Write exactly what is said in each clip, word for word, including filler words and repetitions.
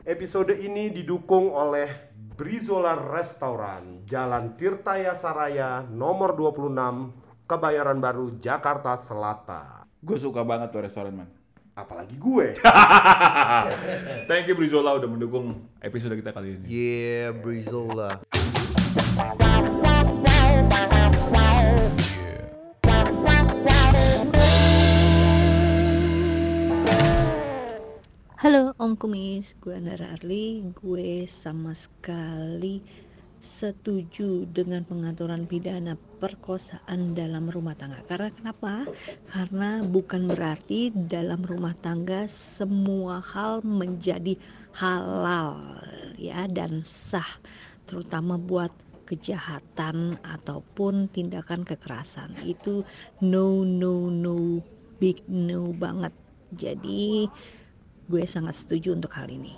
Episode ini didukung oleh Brizola Restoran, Jalan Tirtaya Saraya, nomor dua puluh enam, Kebayoran Baru, Jakarta Selatan. Gue suka banget tuh restoran, man. Apalagi gue. Thank you Brizola udah mendukung episode kita kali ini. Yeah, Brizola. Halo Om Kumis, gue Andara Arli. Gue sama sekali setuju dengan pengaturan pidana perkosaan dalam rumah tangga. Karena kenapa? Karena bukan berarti dalam rumah tangga semua hal menjadi halal ya dan sah, terutama buat kejahatan ataupun tindakan kekerasan. Itu no no no, big no banget. Jadi gue sangat setuju untuk hal ini.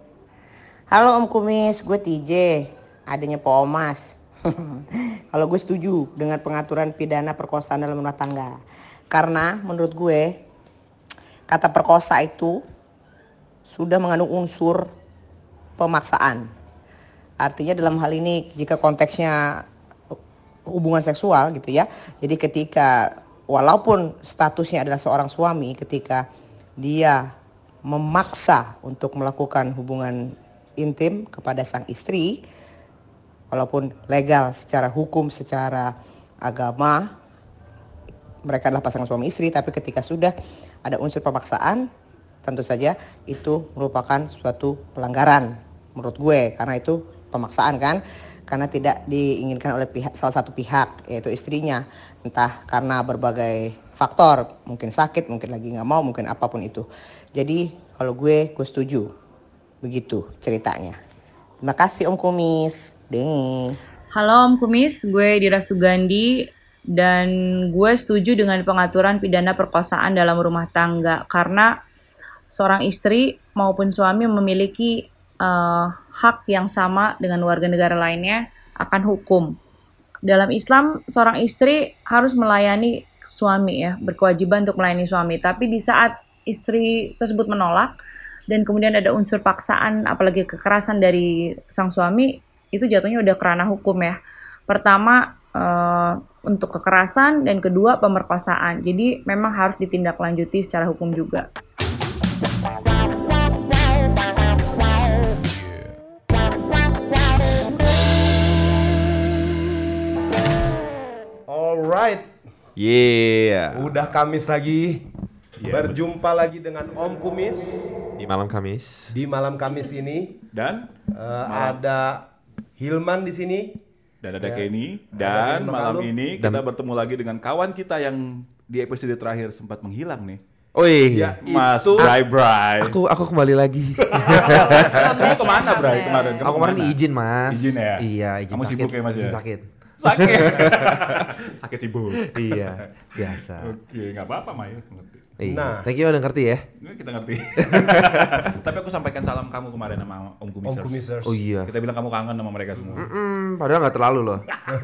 Halo Om Kumis, gue T J, adanya Po Omas. Kalau gue setuju dengan pengaturan pidana perkosaan dalam rumah tangga. Karena menurut gue, kata perkosa itu sudah mengandung unsur pemaksaan. Artinya dalam hal ini jika konteksnya hubungan seksual gitu ya. Jadi ketika walaupun statusnya adalah seorang suami, ketika dia memaksa untuk melakukan hubungan intim kepada sang istri, walaupun legal secara hukum, secara agama mereka adalah pasangan suami istri, tapi ketika sudah ada unsur pemaksaan, tentu saja itu merupakan suatu pelanggaran menurut gue, karena itu pemaksaan kan, karena tidak diinginkan oleh pihak salah satu pihak, yaitu istrinya, entah karena berbagai faktor, mungkin sakit, mungkin lagi nggak mau, mungkin apapun itu. Jadi kalau gue, gue setuju. Begitu ceritanya. Terima kasih Om Kumis. Deng. Halo Om Kumis, gue Dira Sugandi. Dan gue setuju dengan pengaturan pidana perkosaan dalam rumah tangga. Karena seorang istri maupun suami memiliki uh, hak yang sama dengan warga negara lainnya akan hukum. Dalam Islam, seorang istri harus melayani suami ya, berkewajiban untuk melayani suami. Tapi di saat istri tersebut menolak dan kemudian ada unsur paksaan apalagi kekerasan dari sang suami, itu jatuhnya udah kerana hukum ya. Pertama uh, untuk kekerasan dan kedua pemerkosaan. Jadi memang harus ditindaklanjuti secara hukum juga. Alright. Yeah. Udah Kamis lagi. Yeah, Berjumpa lagi dengan Om Kumis Di malam Kamis. di malam Kamis ini. Dan Uh, ada Hilman di sini. dan ada Ya. Kenny. Ada Dan Kenny malam Makalu. ini kita bertemu lagi dengan kawan kita yang di episode terakhir sempat menghilang nih. Oi, Ya, Mas itu Bray Bray. aku aku kembali lagi. Kamu kemana Bray kemarin? Kamu Aku kemarin kemana? izin Mas. Izin ya? Iya, izin Kamu sakit. sibuk ya, Mas, ya? Izin sakit. Sakit. Sakit sibuk. Iya, biasa. Oke, nggak apa-apa Maya, ngerti. Iya. Nah. Thank you udah ngerti ya. Ini kita ngerti. Tapi aku sampaikan salam kamu kemarin sama Om Kumisers. Om Kumisers. Oh iya. Kita bilang kamu kangen sama mereka semua. Mm, padahal nggak terlalu loh.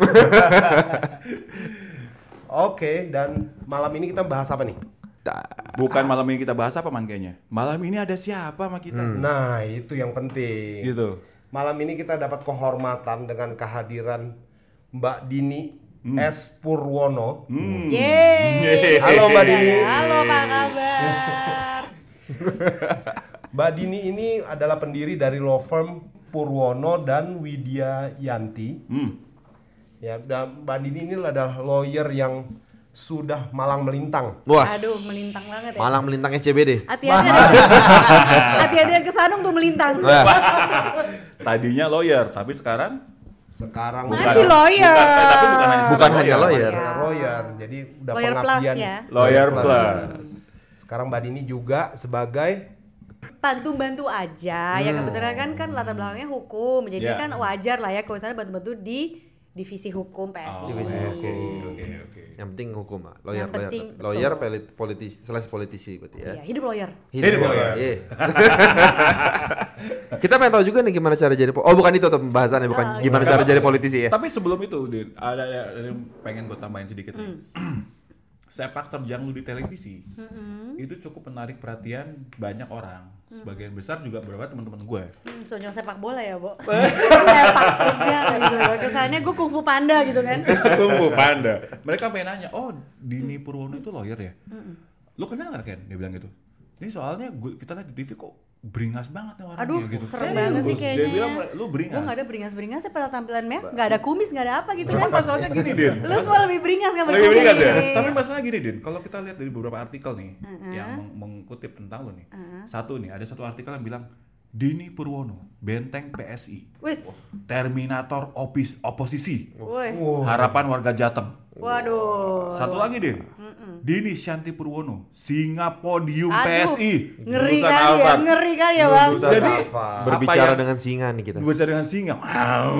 Oke, dan malam ini kita bahas apa nih? Bukan malam ini kita bahas apa man kayaknya. Malam ini ada siapa sama kita? Nah, itu yang penting. Gitu. Malam ini kita dapat kehormatan dengan kehadiran Mbak Dini S. Purwono. Hmm. Yeay. Halo Mbak Dini. Halo, apa kabar? Mbak Dini ini adalah pendiri dari law firm Purwono dan Widya Yanti. Hmm. Ya, dan Mbak Dini ini adalah lawyer yang sudah malang melintang. Wah, Aduh, melintang banget ya. malang melintang S C B D. Hati-hati ada. Hati-hati yang kesanung tuh melintang. Wah, Tadinya lawyer, tapi sekarang Sekarang Masih lawyer. Bukan, eh, tapi bukan hanya Bukan sekedar hanya lawyer. Bukan lawyer. Jadi udah Lawyer plus pengabdian. ya. Lawyer plus. Sekarang Mbak Dini juga sebagai Bantu-bantu aja. Ya kebetulan kan kan latar belakangnya hukum. Jadi Ya. kan wajar lah ya kalau misalnya bantu-bantu di divisi hukum P S I. Divisi hukum. Oke, oke. yang penting hukum, Mbak. Lawyer, Yang lawyer, penting, lawyer, betul. pelit- politisi, slash politisi berarti ya. Iya, hidup lawyer. Hidup lawyer. Iya. Kita pengen tahu juga nih gimana cara jadi po- oh bukan itu tuh pembahasannya, bukan Oh, gimana iya. cara jadi politisi ya. Tapi sebelum itu, Din, ada, ada yang pengen gue tambahin sedikit nih. sepak terjang lu di televisi Mm-mm. itu cukup menarik perhatian banyak orang. Sebagian besar juga beberapa teman-teman gue. Hmm, soalnya sepak bola ya, Bo. Sepak terjang gitu. Kesannya gue kungfu panda gitu kan. Kungfu panda. Mereka pengen nanya, oh Dini Purwono itu lawyer ya? Lu kenal gak Ken? Dia bilang gitu. Ini soalnya gua, kita lihat di T V kok beringas banget nih orangnya Aduh, gitu. serem banget sih kayaknya. Dia bilang lu Gue beringas. gak ada beringas-beringas pada tampilannya, gak ada kumis, gak ada apa gitu Cuman kan. masalahnya gini, Din. Lu semua lebih beringas kan Lebih beringas ya? berkumis. Tapi masalahnya gini, Din. Kalau kita lihat dari beberapa artikel nih yang meng- mengutip tentang lu nih. Satu nih, ada satu artikel yang bilang Dini Purwono, benteng P S I. Wits. Terminator opis oposisi. Woi. Harapan warga Jateng. Waduh. Satu lagi, Din. Dini Shanti Purwono, singa podium Aduh, P S I. ngeri Lulusan kali ya, Harvard. ngeri kali ya bang. Lulusan Jadi, Harvard. Berbicara yang- dengan singa nih kita. Berbicara dengan singa. Wow.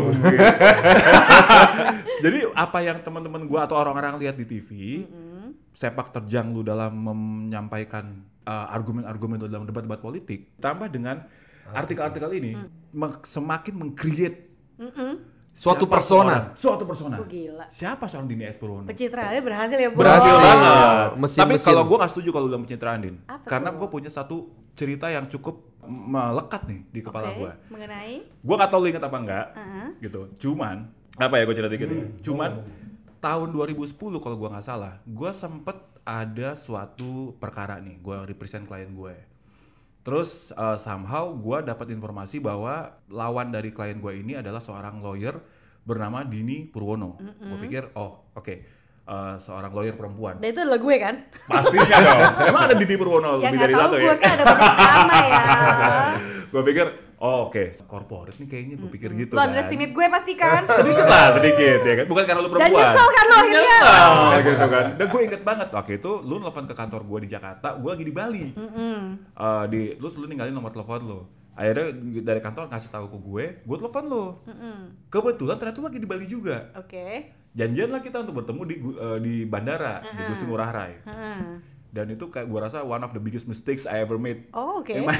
Jadi apa yang teman-teman gua atau orang-orang lihat di T V, sepak terjang lu dalam menyampaikan uh, argumen-argumen lu dalam debat-debat politik, tambah dengan artikel-artikel ini mek- semakin meng-create Suatu siapa persona. seorang- suatu persona. Oh, gila. Siapa seorang Dini S. Purwono? Pencitraannya berhasil ya, Bo. Berhasil Berhasil banget. banget. Mesin- Tapi mesin. kalau gue nggak setuju kalau dalam pencitraan, Din. Apa Karena tuh? gue punya satu cerita yang cukup melekat nih di kepala Oke, gue. mengenai Gue nggak tahu lu inget apa enggak, uh-huh. gitu. Cuman apa ya gue cerita dikit ya. Cuman tahun dua ribu sepuluh kalau gue nggak salah, gue sempet ada suatu perkara nih. Gue represent klien gue. Terus uh, somehow gue dapat informasi bahwa lawan dari klien gue ini adalah seorang lawyer bernama Dini Purwono. Gue pikir, oh oke, okay. uh, seorang lawyer perempuan. Dan itu adalah gue kan? Pastinya dong. Emang ada Dini Purwono Yang lebih nggak dari tahu satu gue ya? kan ada banyak nama ya. Gue pikir, oh oke, okay. corporate nih kayaknya gue pikir gitu Lo kan. underestimate gue pasti kan? Sedikit lah, sedikit ya kan. Bukan karena lu Dan perempuan. nyesel kan lo akhirnya? Nyesel gitu kan. Dan gue inget banget waktu itu lu nelfon ke kantor gue di Jakarta, gue lagi di Bali. Uh, di lu lu ninggalin nomor telepon lu. Akhirnya dari kantor ngasih tahu ke gue, gue telepon lu. Kebetulan ternyata lu lagi di Bali juga. Oke. Janjian lah kita untuk bertemu di uh, di bandara di Gusti Ngurah Rai. Heeh. Dan itu kayak gue rasa one of the biggest mistakes I ever made. Oh, oke. Emang-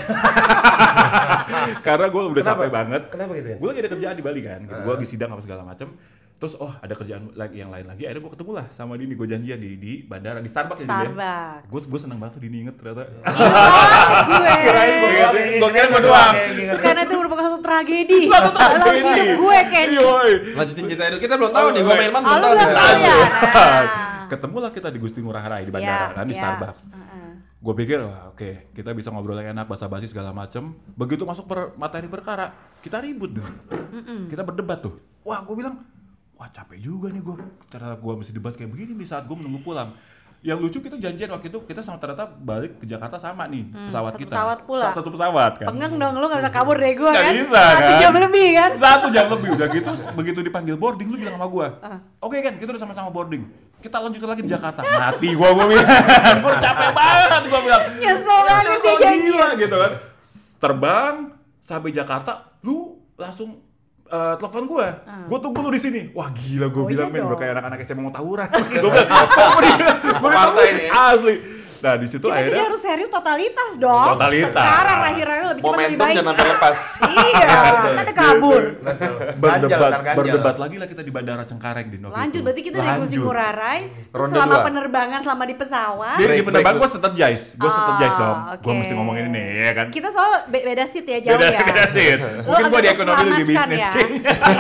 Karena gue udah Kenapa? capek banget. Kenapa gitu ya? Gue lagi ada kerjaan di Bali kan, gitu. Gue lagi sidang apa segala macem. Terus oh ada kerjaan lagi yang lain lagi. Akhirnya gue ketemu lah sama Dini. Gue janjian di di bandara di Starbucks ya. Starbucks. Gue gue seneng banget tuh Dini inget ternyata. Ingat banget gue. Kirain gua doang, Gue kirain kira gua gue doang. yang inget. Karena itu merupakan satu tragedi. Suatu Dalam tragedi. hidup gue kayaknya. Yoi. Lanjutin cerita dulu. Kita belum tahu nih, gue main man Oh, belum lu tahu. belum nih. tahu ya? Nah. Ketemu lah kita di Gusti Ngurah Rai di bandara Iya, kan di iya. Starbucks. Heeh. Gue pikir wah oke kita bisa ngobrol yang enak basa-basi segala macem. Begitu masuk per materi perkara kita ribut deh. Kita berdebat tuh. Wah gue bilang wah capek juga nih gue. Ternyata gue mesti debat kayak begini di saat gue menunggu pulang. Yang lucu kita janjian waktu itu kita sama ternyata balik ke Jakarta sama nih pesawat satu kita. pesawat pula. Satu pesawat kan. Pengeng dong, lu gak bisa kabur dari gue Nggak kan? bisa, Satu kan? jam lebih kan? Satu jam lebih udah gitu begitu dipanggil boarding lu bilang sama gue. Ah. Oke kan kita udah sama-sama boarding. Kita lanjutin lagi di Jakarta. Mati gue gue bilang. Gue capek banget gue bilang. Nyesel banget Nyesel dia janji. gila gitu kan. Terbang sampai Jakarta, lu langsung uh, telepon gue. Gue tunggu lu di sini. Wah gila gue Oh, bilang iya men, udah dong. kayak anak-anak S M A mau tawuran. Gue bilang, "Kamu di gue Partai ini ya." asli." Nah, di situ Kita jadi akhirnya harus serius totalitas dong. Totalitas. Sekarang akhirnya lebih cepat lebih Momentum baik. jangan sampai lepas. Iya, kan ada kabur. Betul. Ganjal, berdebat, ntar ganjal. berdebat lagi lah kita di Bandara Cengkareng di waktu Lanjut, itu. berarti kita dari Gusti Lanjut. Ngurah Rai. Terus Ronde selama dua. penerbangan, selama di pesawat. Dia di Break, penerbangan break. gue strategize, gue strategize Ah, dong. Gue oke. mesti ngomongin ini ya kan. Kita soal be- beda seat ya, jauh Beda, ya. beda seat. Lo Mungkin gue agak di ekonomi lu di terselamatkan bisnis. ya. Cing.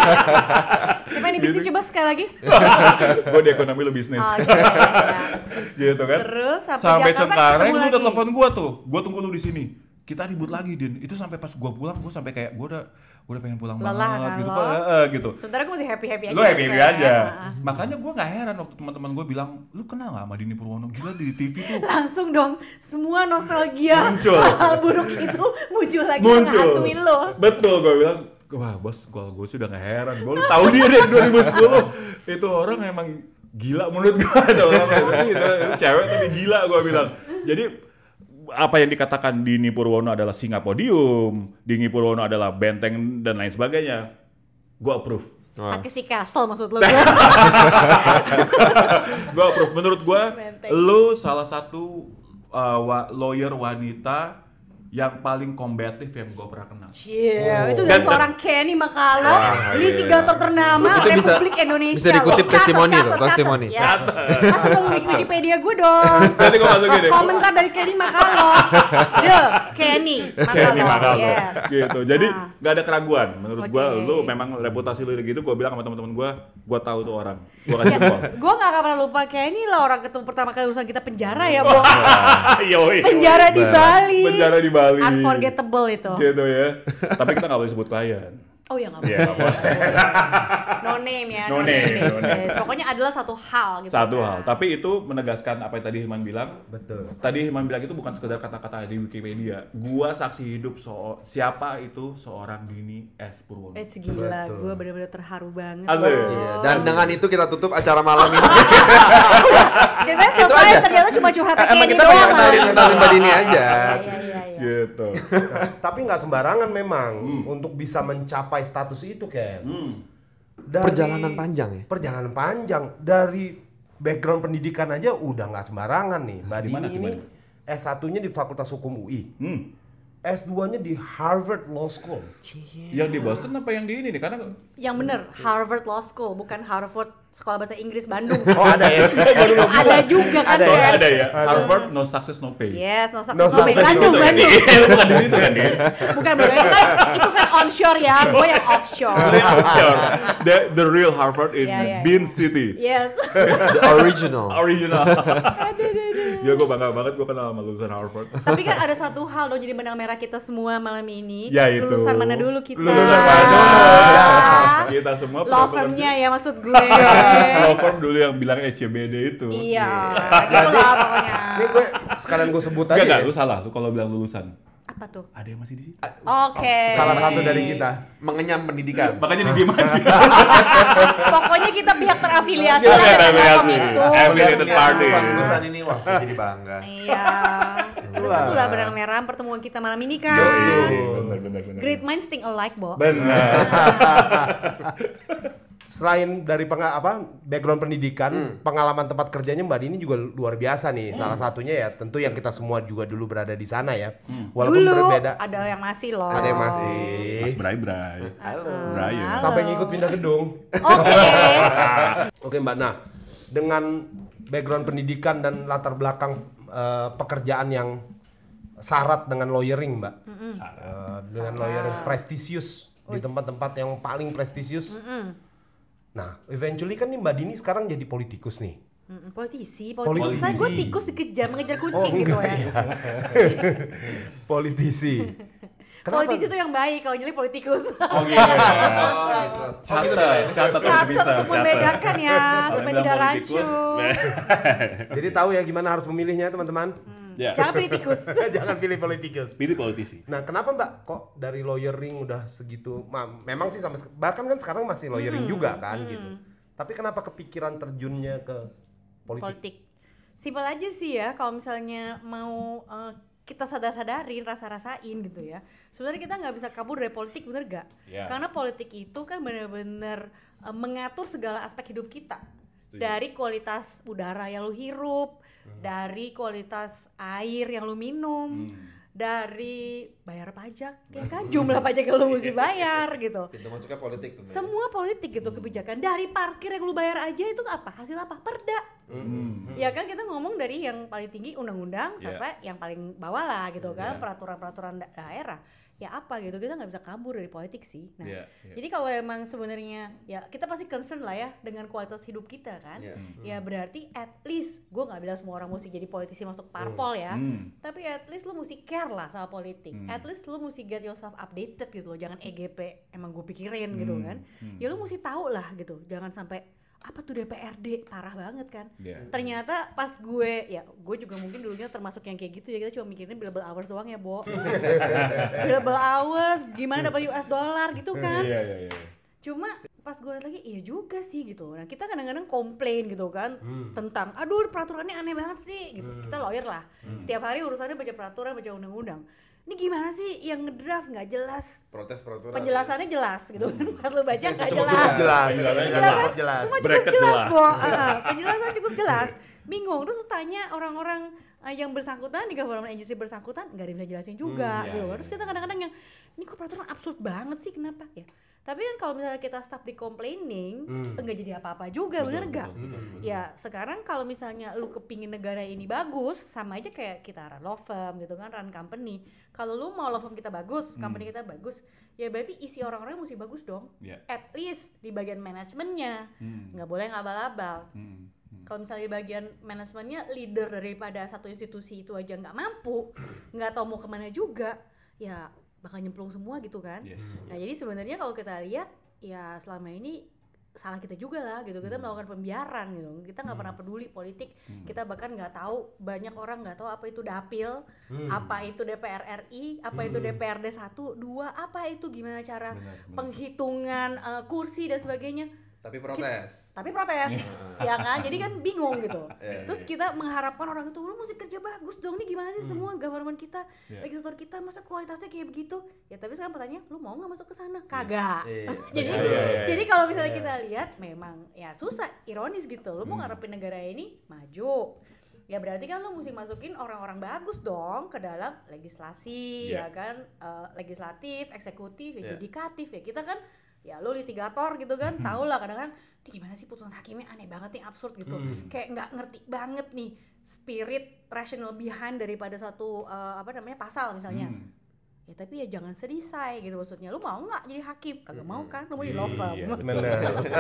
Siapa yang di bisnis coba sekali lagi? Gue di ekonomi lu bisnis. Oh, gitu, ya. Gitu kan. Terus sampai sampai Jakarta Cengkareng ketemu lu udah lagi. telepon gue tuh. Gue tunggu lu di sini. Kita ribut lagi Din. Itu sampai pas gue pulang gue sampai kayak gue udah gue udah pengen pulang Lelah banget kan gitu lo? Pak. Eh, gitu. Sementara gue masih happy-happy aja. Lo happy happy kan? aja. Ah. Makanya gue nggak heran waktu teman-teman gue bilang, lu kenal nggak sama Dini Purwono? Gila di T V tuh Langsung dong, semua nostalgia Muncul. hal buruk itu muncul lagi muncul. menghantui lo. Betul, gue bilang, wah bos, gue gue sih udah nggak heran. Gue tahu dia dari dua ribu sepuluh. Itu orang emang gila menurut gue. Itu orang itu, itu cewek tapi gila gue bilang. Jadi apa yang dikatakan Dini Purwono adalah singa podium, Dini Purwono adalah benteng dan lain sebagainya. Gue approve. Wah. Takeshi Castle maksud lo. Gue approve. Menurut gue, Benteng. lu salah satu uh, wa- lawyer wanita yang paling kombatif yang gue pernah kenal. Iya, yeah, itu dari seorang Kenny Makalo, litigator ternama Itu bisa- Republik Indonesia. bisa dikutip Catat, testimoni catat, tuh, catat. testimoni. Yes. Masuk dong link Wikipedia gue dong. Nanti gue masukin deh. Komentar dari Kenny Makalo. Duh, Kenny Makalo. Kenny Makalo. Yes. Gitu. Jadi Ah. nggak ada keraguan. Menurut gue, Oke. lu memang reputasi lu gitu. Gue bilang sama teman-teman gue, gue tahu tuh orang. Gue kasih jempol. Gue gak akan pernah lupa Kenny lah, orang ketemu pertama kali urusan kita penjara ya, Bo. Yoi. Penjara di Bali. Penjara di Bali. Unforgettable itu. Gitu ya. Tapi kita nggak boleh sebut klien. Oh ya nggak Iya, boleh. No name ya. No name, no name. Pokoknya adalah satu hal gitu. Satu kan. hal. Tapi itu menegaskan apa yang tadi Hilman bilang. Betul. Tadi Hilman bilang itu bukan sekedar kata-kata di Wikipedia. Gua saksi hidup so siapa itu seorang Dini S. Purwono. Eh gila, Betul. gue bener-bener terharu banget. Asik. Bo. Iya, dan dengan itu kita tutup acara malam ini. Ceritanya selesai, ternyata cuma curhatnya Emang Kenny kita pengen doang. kenalin kenalin Mbak Dini aja. Iya, iya, iya. Gitu. Nah, tapi nggak sembarangan memang untuk bisa mencapai status itu, Ken. Hmm. Dari- Perjalanan panjang ya? Perjalanan panjang dari background pendidikan aja udah nggak sembarangan nih. Mbak Di mana, Dini di ini mana? S satunya di Fakultas Hukum U I, Hmm. S duanya di Harvard Law School. Yang di Boston apa yang di ini nih? Karena Yang bener, Harvard Law School, bukan Harvard Sekolah Bahasa Inggris Bandung. Oh ada ya? Itu ada juga kan, Ada ya? Ken? ada ya. Harvard no success no pay. Yes, no success, No no pay. success, Bandung, no pay. Bandung. Lu bukan di situ kan, Din? Bukan, bukan. Itu kan, itu kan onshore ya, gue yang offshore. Sure. The, the real Harvard in Yeah, yeah, Bean City. Yes. The original. Original. Ya gue bangga banget gue kenal sama lulusan Harvard. Tapi kan ada satu hal dong jadi benang merah kita semua malam ini. Ya, itu. Lulusan mana dulu kita? Lulusan mana dulu? Ya. Kita semua Law firm-nya ya maksud gue. law firm dulu yang bilang S C B D itu. Iya, gitu lah pokoknya. Ini gue sekalian gue sebut aja. Enggak, enggak, ya. lu salah. Lu kalau bilang lulusan. Apa tuh? Ada yang masih di situ. Oke. Salah satu dari kita. Mengenyam pendidikan. Makanya di diem aja. Pokoknya kita pihak terafiliasi Kita lah dengan law firm terafiliasi. itu. Affiliated party. Lulusan ini wah saya jadi bangga. Iya. Terus satu lah benang merah pertemuan kita malam ini kan. Benar, benar, benar. Great minds think alike, Bo. Benar. Selain dari peng- apa background pendidikan, pengalaman tempat kerjanya Mbak Dini juga luar biasa nih. Salah satunya ya tentu yang kita semua juga dulu berada di sana ya. Walaupun Dulu berbeda. ada yang masih loh. Ada yang masih. Mas Bray Bray. Brian. Sampai ngikut pindah gedung. Oke. Oke Mbak, nah dengan background pendidikan dan latar belakang eh, pekerjaan yang syarat dengan lawyering Mbak, Eh, dengan lawyering prestisius di tempat-tempat yang paling prestisius. Nah, eventually kan nih Mbak Dini sekarang jadi politikus nih. Mm, politisi, Politisi. politisi. Gue tikus dikejar, mengejar kucing gitu ya. Politisi. Kenapa? Politisi itu yang baik, kalau jadi politikus. Oh gitu. Catat, catat harus Satu bisa. untuk catat. membedakan ya, Kalau supaya bilang tidak politikus, rancu. Jadi tahu ya gimana harus memilihnya teman-teman. Ya. Jangan pilih tikus. Jangan pilih politikus. Pilih politisi. Nah, kenapa Mbak kok dari lawyering udah segitu? Ma- memang sih sampai sek- bahkan kan sekarang masih lawyering juga kan gitu. Tapi kenapa kepikiran terjunnya ke politik? Politik. Simpel aja sih ya, kalau misalnya mau eh, kita sadar-sadarin, rasa-rasain gitu ya. Sebenarnya kita nggak bisa kabur dari politik, bener gak? Ya. Karena politik itu kan benar-benar eh, mengatur segala aspek hidup kita. Dari kualitas udara yang lu hirup, dari kualitas air yang lu minum, dari bayar pajak, ya kan jumlah pajak yang lu mesti bayar gitu. Pintu masuknya politik tuh. Semua politik gitu kebijakan. Dari parkir yang lu bayar aja itu apa? Hasil apa? Perda. Ya kan kita ngomong dari yang paling tinggi undang-undang Yeah. sampai yang paling bawah lah gitu kan, Yeah. peraturan-peraturan da- daerah. Ya apa gitu, kita nggak bisa kabur dari politik sih. Nah, Yeah, yeah. jadi kalau emang sebenarnya ya kita pasti concern lah ya dengan kualitas hidup kita kan. Yeah. Ya berarti at least gue nggak bilang semua orang mesti jadi politisi masuk parpol ya. Hmm. Tapi at least lu mesti care lah sama politik. Hmm. At least lu mesti get yourself updated gitu loh. Jangan E G P emang gue pikirin gitu Hmm. kan. Hmm. Ya lu mesti tahu lah gitu. Jangan sampai apa tuh D P R D parah banget kan. Yeah. Ternyata pas gue ya gue juga mungkin dulunya termasuk yang kayak gitu ya, kita cuma mikirin billable hours doang ya, Bo. Billable hours gimana dapat U S dollar gitu kan. Iya, iya, iya. Cuma pas gue liat lagi iya juga sih gitu. Nah kita kadang-kadang komplain gitu kan Hmm. tentang aduh peraturannya aneh banget sih gitu. Kita lawyer lah. Setiap hari urusannya baca peraturan, baca undang-undang. Ini gimana sih yang ngedraft nggak jelas? Protes peraturan. Penjelasannya jelas gitu kan. Pas lu baca nggak Cukup jelas. cukup jelas. Penjelasan Cukup jelas. semua cukup Bracket jelas, jelas. Bo. Ah, penjelasan cukup jelas. Bingung terus lu tanya orang-orang uh, yang bersangkutan di government agency bersangkutan nggak ada yang bisa jelasin juga Hmm, gitu. iya, iya, Terus kita kadang-kadang yang ini kok peraturan absurd banget sih, kenapa ya? Tapi kan kalau misalnya kita stop di complaining, Hmm. enggak jadi apa-apa juga, Betul, bener betul, nggak? betul, betul, betul. Ya sekarang kalau misalnya lu kepingin negara ini bagus, sama aja kayak kita run law firm gitu kan, run company. Kalau lu mau law firm kita bagus, company kita bagus, ya berarti isi orang-orangnya mesti bagus dong. Iya. At least di bagian manajemennya, Hmm. nggak boleh ngabal-abal. Hmm. Hmm. Kalau misalnya di bagian manajemennya leader daripada satu institusi itu aja nggak mampu, nggak tahu mau kemana juga, ya bakal nyemplung semua gitu kan. Yes. Nah jadi sebenarnya kalau kita lihat ya selama ini salah kita juga lah gitu, kita Hmm. melakukan pembiaran gitu, kita nggak pernah peduli politik, kita bahkan nggak tahu, banyak orang nggak tahu apa itu dapil, Hmm. apa itu D P R R I, apa itu D P R D satu, dua, apa itu gimana cara Benar, benar. penghitungan uh, kursi dan sebagainya. Tapi protes. Tapi protes, ya kan? Jadi kan bingung gitu. Iya, Terus kita mengharapkan orang itu, lu mesti kerja bagus dong, nih gimana sih semua government kita, Iya. legislator kita, masa kualitasnya kayak begitu? Ya tapi sekarang pertanyaannya, lu mau nggak masuk ke sana? Kagak. Iya. Jadi, Iya, iya, iya. jadi kalau misalnya Iya. kita lihat, memang ya susah, ironis gitu. Lu mau Hmm. ngarepin negara ini maju, ya berarti kan lu mesti masukin orang-orang bagus dong ke dalam legislasi, Iya. ya kan, Eh, legislatif, eksekutif, ya Iya. yudikatif ya. Kita kan ya lu litigator gitu kan, tau lah kadang-kadang ini gimana sih putusan hakimnya aneh banget nih, absurd gitu, Hmm. kayak nggak ngerti banget nih spirit rational behind daripada suatu uh, apa namanya pasal misalnya. Hmm. Ya tapi ya jangan sedisai gitu, maksudnya lu mau nggak jadi hakim? Kagak mau kan, lu mau jadi law firm. Iya. Benar.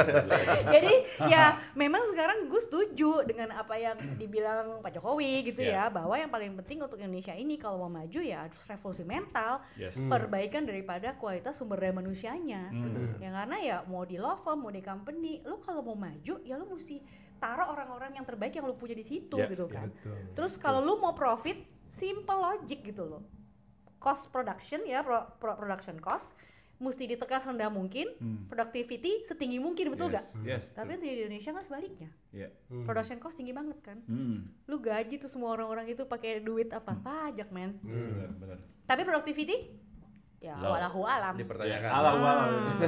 Jadi ya memang sekarang gue setuju dengan apa yang dibilang Pak Jokowi gitu Yeah. ya, bahwa yang paling penting untuk Indonesia ini kalau mau maju ya harus revolusi mental, Yes. perbaikan daripada kualitas sumber daya manusianya. Hmm. Ya karena ya mau di law firm, mau di company, lu kalau mau maju ya lu mesti taruh orang-orang yang terbaik yang lu punya di situ Ya, gitu Ya, kan. betul. Terus kalau lu mau profit, simple logic gitu loh. Cost production ya, pro, pro- production cost mesti ditekan serendah mungkin, Hmm. productivity setinggi mungkin, betul Yes. gak? Yes. Tapi betul. di Indonesia kan sebaliknya, Iya. Hmm. production cost tinggi banget kan. Hmm. Lu gaji tuh semua orang-orang itu pakai duit apa? Pajak men. Benar, benar. Tapi productivity ya Low. walahu alam. Dipertanyakan. Alah, alah.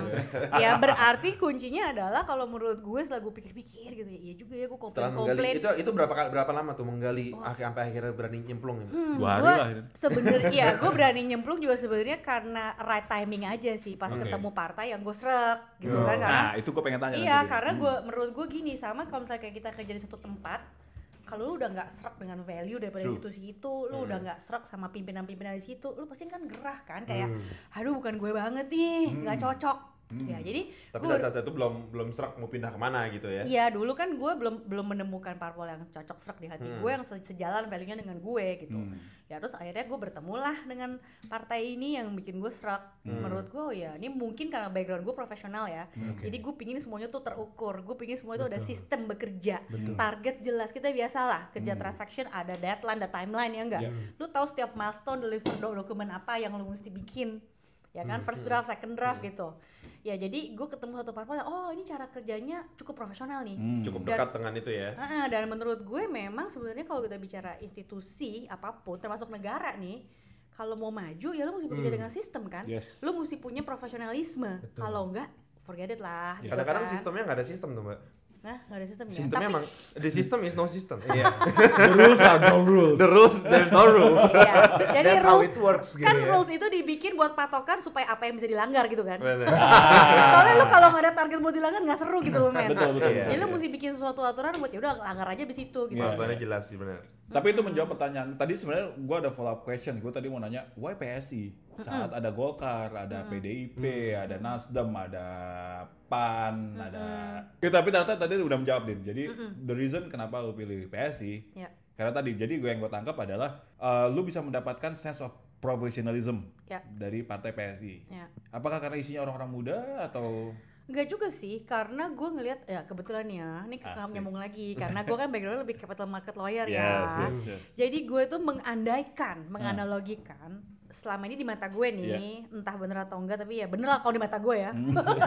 Ya berarti kuncinya adalah kalau menurut gue setelah gue pikir-pikir gitu ya, iya juga ya gue Setelah komplain-komplain. menggali itu itu berapa kali- berapa lama tuh menggali ak- sampai akhirnya berani nyemplung ini? Hmm, Dua hari gua lah ini. sebenarnya ya gue berani nyemplung juga sebenarnya karena right timing aja sih, pas Oke. ketemu partai yang gue srek gitu Oh. kan, karena Nah, itu gue pengen tanya. iya nanti. karena Hmm. gue menurut gue gini, sama kalau misalnya kayak kita kerja di satu tempat, kalau lu udah nggak serak dengan value daripada True. institusi itu, lu udah nggak serak sama pimpinan-pimpinan di situ, lu pasti kan gerah kan, kayak Hmm. aduh bukan gue banget nih, nggak Hmm. cocok. Hmm. Ya jadi Tapi gua- saat-saat itu belum belum serak mau pindah kemana gitu ya? Iya dulu kan gue belum belum menemukan parpol yang cocok serak di hati Hmm. gue, yang se- sejalan value-nya dengan gue gitu. Hmm. Ya terus akhirnya gue bertemulah dengan partai ini yang bikin gue serak. Hmm. Menurut gue oh ya ini mungkin karena background gue profesional ya. Oke. Jadi gue pingin semuanya tuh terukur, gue pingin semuanya tuh ada Betul. sistem bekerja, Betul. target jelas. Kita biasalah kerja Hmm. transaction, ada deadline, ada timeline ya enggak. Ya. Lu tahu setiap milestone deliver do- dokumen apa yang lu mesti bikin, ya kan, Hmm. first draft, second draft gitu. Ya jadi gue ketemu satu parpol, oh ini cara kerjanya cukup profesional nih. Hmm. Cukup Dan- dekat dengan itu ya. Ah, dan menurut gue memang sebenarnya kalau kita bicara institusi apapun termasuk negara nih, kalau mau maju ya lu mesti bekerja Hmm. dengan sistem kan. Yes. Lu mesti punya profesionalisme. Betul. Kalau enggak forget it lah gitu Kadang-kadang kan. sistemnya nggak ada sistem tuh mbak. Nah, nggak ada sistem ya. Sistemnya Tapi emang the system is no system. Iya. The rules are no rules. The rules there's no rules. iya. Jadi That's how rules, it works gitu kan ya. rules itu dibikin buat patokan supaya apa yang bisa dilanggar gitu kan. Bener. Soalnya lu kalau nggak ada target buat dilanggar nggak seru gitu loh men. Betul, betul. Iya. Jadi lu mesti bikin sesuatu aturan buat ya udah langgar aja di situ gitu. Iya. Maksudnya jelas sih benar. Tapi itu menjawab pertanyaan. Tadi sebenarnya gue ada follow up question. Gue tadi mau nanya, why P S I? Saat ada Golkar, ada P D I P, ada Nasdem, ada P A N, ada. Ya, tapi ternyata tadi udah menjawab Din. Jadi the reason kenapa lu pilih P S I? Ya. Karena tadi, jadi gue yang gue tangkap adalah uh, lu bisa mendapatkan sense of professionalism Ya. dari partai P S I. Ya. Apakah karena isinya orang-orang muda atau? Enggak juga sih, karena gue ngelihat ya kebetulan ya, ini Asik. ke nyambung lagi, karena gue kan background lebih capital market lawyer Yes, ya. yes, yes. Jadi gue tuh mengandaikan, menganalogikan selama ini di mata gue nih, entah bener atau enggak, tapi ya bener lah kalau di mata gue ya.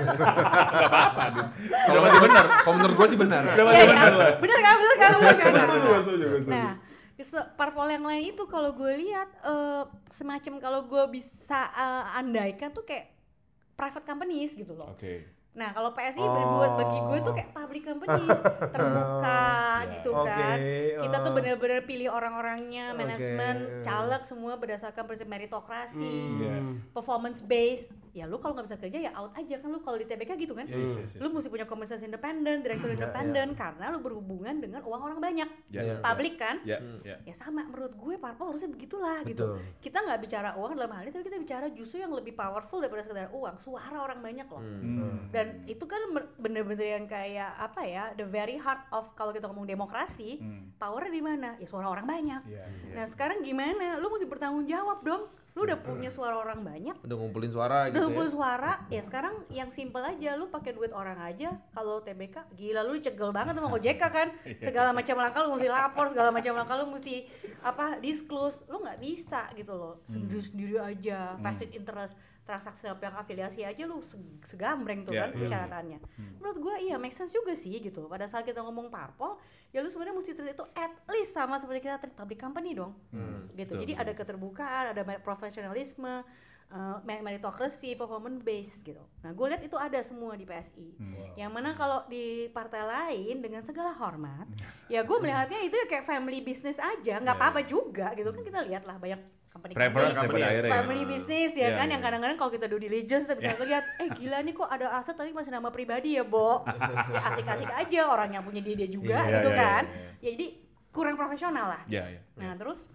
Kalau masih benar, kalau menurut gue sih benar. Udah Ya, masih ya, bener lah. bener kan, bener kan, bener kan. Gue setuju, gue setuju, gue setuju. Nah, se- parpol yang lain itu kalau gue lihat eh, semacam kalau gue bisa eh, andaikan tuh kayak private companies gitu loh. Oke. Nah kalau P S I Oh. buat bagi gue tuh kayak public company terbuka gitu Oke, kan. Kita tuh oh. bener-bener pilih orang-orangnya, Oke. manajemen, caleg semua berdasarkan prinsip meritokrasi, Hmm. Iya. performance based. Ya lu kalau nggak bisa kerja ya out aja kan, lu kalau di T B K gitu kan. Yes, yes, yes, Lu yes. mesti punya komisaris independen, direktur independen karena lu berhubungan dengan uang orang banyak. Ya, ya, Public kan? Ya, ya. Ya sama menurut gue parpol harusnya begitulah gitu. Betul. Kita nggak bicara uang dalam hal ini, tapi kita bicara justru yang lebih powerful daripada sekedar uang, suara orang banyak loh. Hmm. Dan itu kan mer- bener-bener yang kayak apa ya, the very heart of kalau kita ngomong demokrasi, Hmm. powernya di mana? Ya suara orang banyak. Iya, iya. Nah sekarang gimana? Lu mesti bertanggung jawab dong. Lu udah punya suara orang banyak, Udah ngumpulin suara gitu udah ya. ngumpul suara, ya sekarang yang simple aja, lu pakai duit orang aja. Kalau T B K, gila lu cegel banget sama O J K kan, segala macam langkah lu mesti lapor, segala macam langkah lu mesti apa disclose, lu nggak bisa gitu loh, sendiri sendiri aja, vested interest, transaksi yang afiliasi aja lu seg- segambreng tuh Yeah, kan yeah. persyaratannya. Menurut gue iya make sense juga sih gitu. Pada saat kita ngomong parpol, ya lu sebenarnya mesti treat itu at least sama seperti kita treat public company dong, gitu. betul, Jadi betul. ada keterbukaan, ada profesionalisme, uh, meritocracy, performance based gitu. Nah, gue lihat itu ada semua di P S I. Yang mana kalau di partai lain dengan segala hormat, ya gue melihatnya itu ya kayak family business aja, nggak apa-apa juga gitu kan, kita lihat lah banyak company Preference ya company, pada akhirnya. ya. family business ya Iya, kan, iya. yang kadang-kadang kalau kita due diligence kita bisa lihat, eh gila nih kok ada aset tapi masih nama pribadi ya, Bo. Ya asik-asik aja, orang yang punya dia dia juga Iya, gitu iya, kan. iya, iya. Ya jadi kurang profesional lah. Ya, ya. Nah terus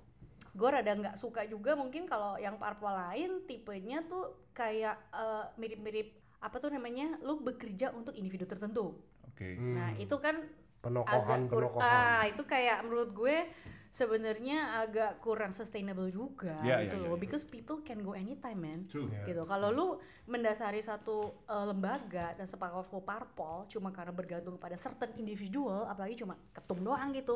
gue rada nggak suka juga mungkin kalau yang parpol lain tipenya tuh kayak eh, mirip-mirip apa tuh namanya, lu bekerja untuk individu tertentu. Oke. Nah itu kan Penokohan, agak kur- penokohan. ah itu kayak menurut gue sebenarnya agak kurang sustainable juga Ya, gitu ya, ya, loh, ya. because people can go anytime man. True. Ya. Gitu. Kalau lu mendasari satu uh, lembaga dan sepowerful parpol cuma karena bergantung pada certain individual, apalagi cuma ketum doang gitu.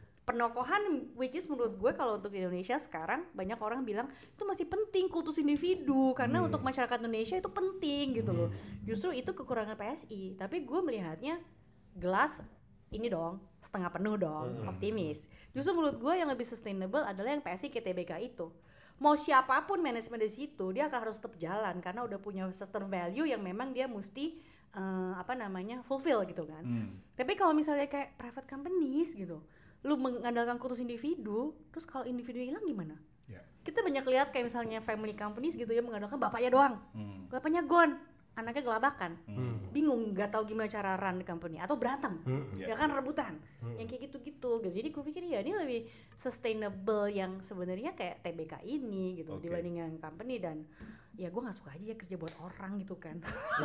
Penokohan, which is menurut gue kalau untuk Indonesia sekarang banyak orang bilang itu masih penting kultus individu karena untuk masyarakat Indonesia itu penting gitu loh. Justru itu kekurangan P S I. Tapi gue melihatnya gelas ini dong setengah penuh dong, optimis. Justru menurut gue yang lebih sustainable adalah yang P S I ke T B K itu. Mau siapapun manajemen di situ, dia akan harus tetap jalan karena udah punya certain value yang memang dia mesti uh, apa namanya fulfill gitu kan. Hmm. Tapi kalau misalnya kayak private companies gitu, lu mengandalkan kultus individu, terus kalau individu hilang gimana? Ya. Kita banyak lihat kayak misalnya family companies gitu ya mengandalkan bapaknya doang, Hmm. bapaknya gone, anaknya gelabakan, Hmm. bingung nggak tahu gimana cara run the company atau berantem, Hmm. ya kan rebutan, yang kayak gitu-gitu. Gitu. Jadi gue pikir ya ini lebih sustainable yang sebenarnya kayak T B K ini gitu Oke. dibanding yang company. Dan ya gue nggak suka aja ya kerja buat orang gitu kan.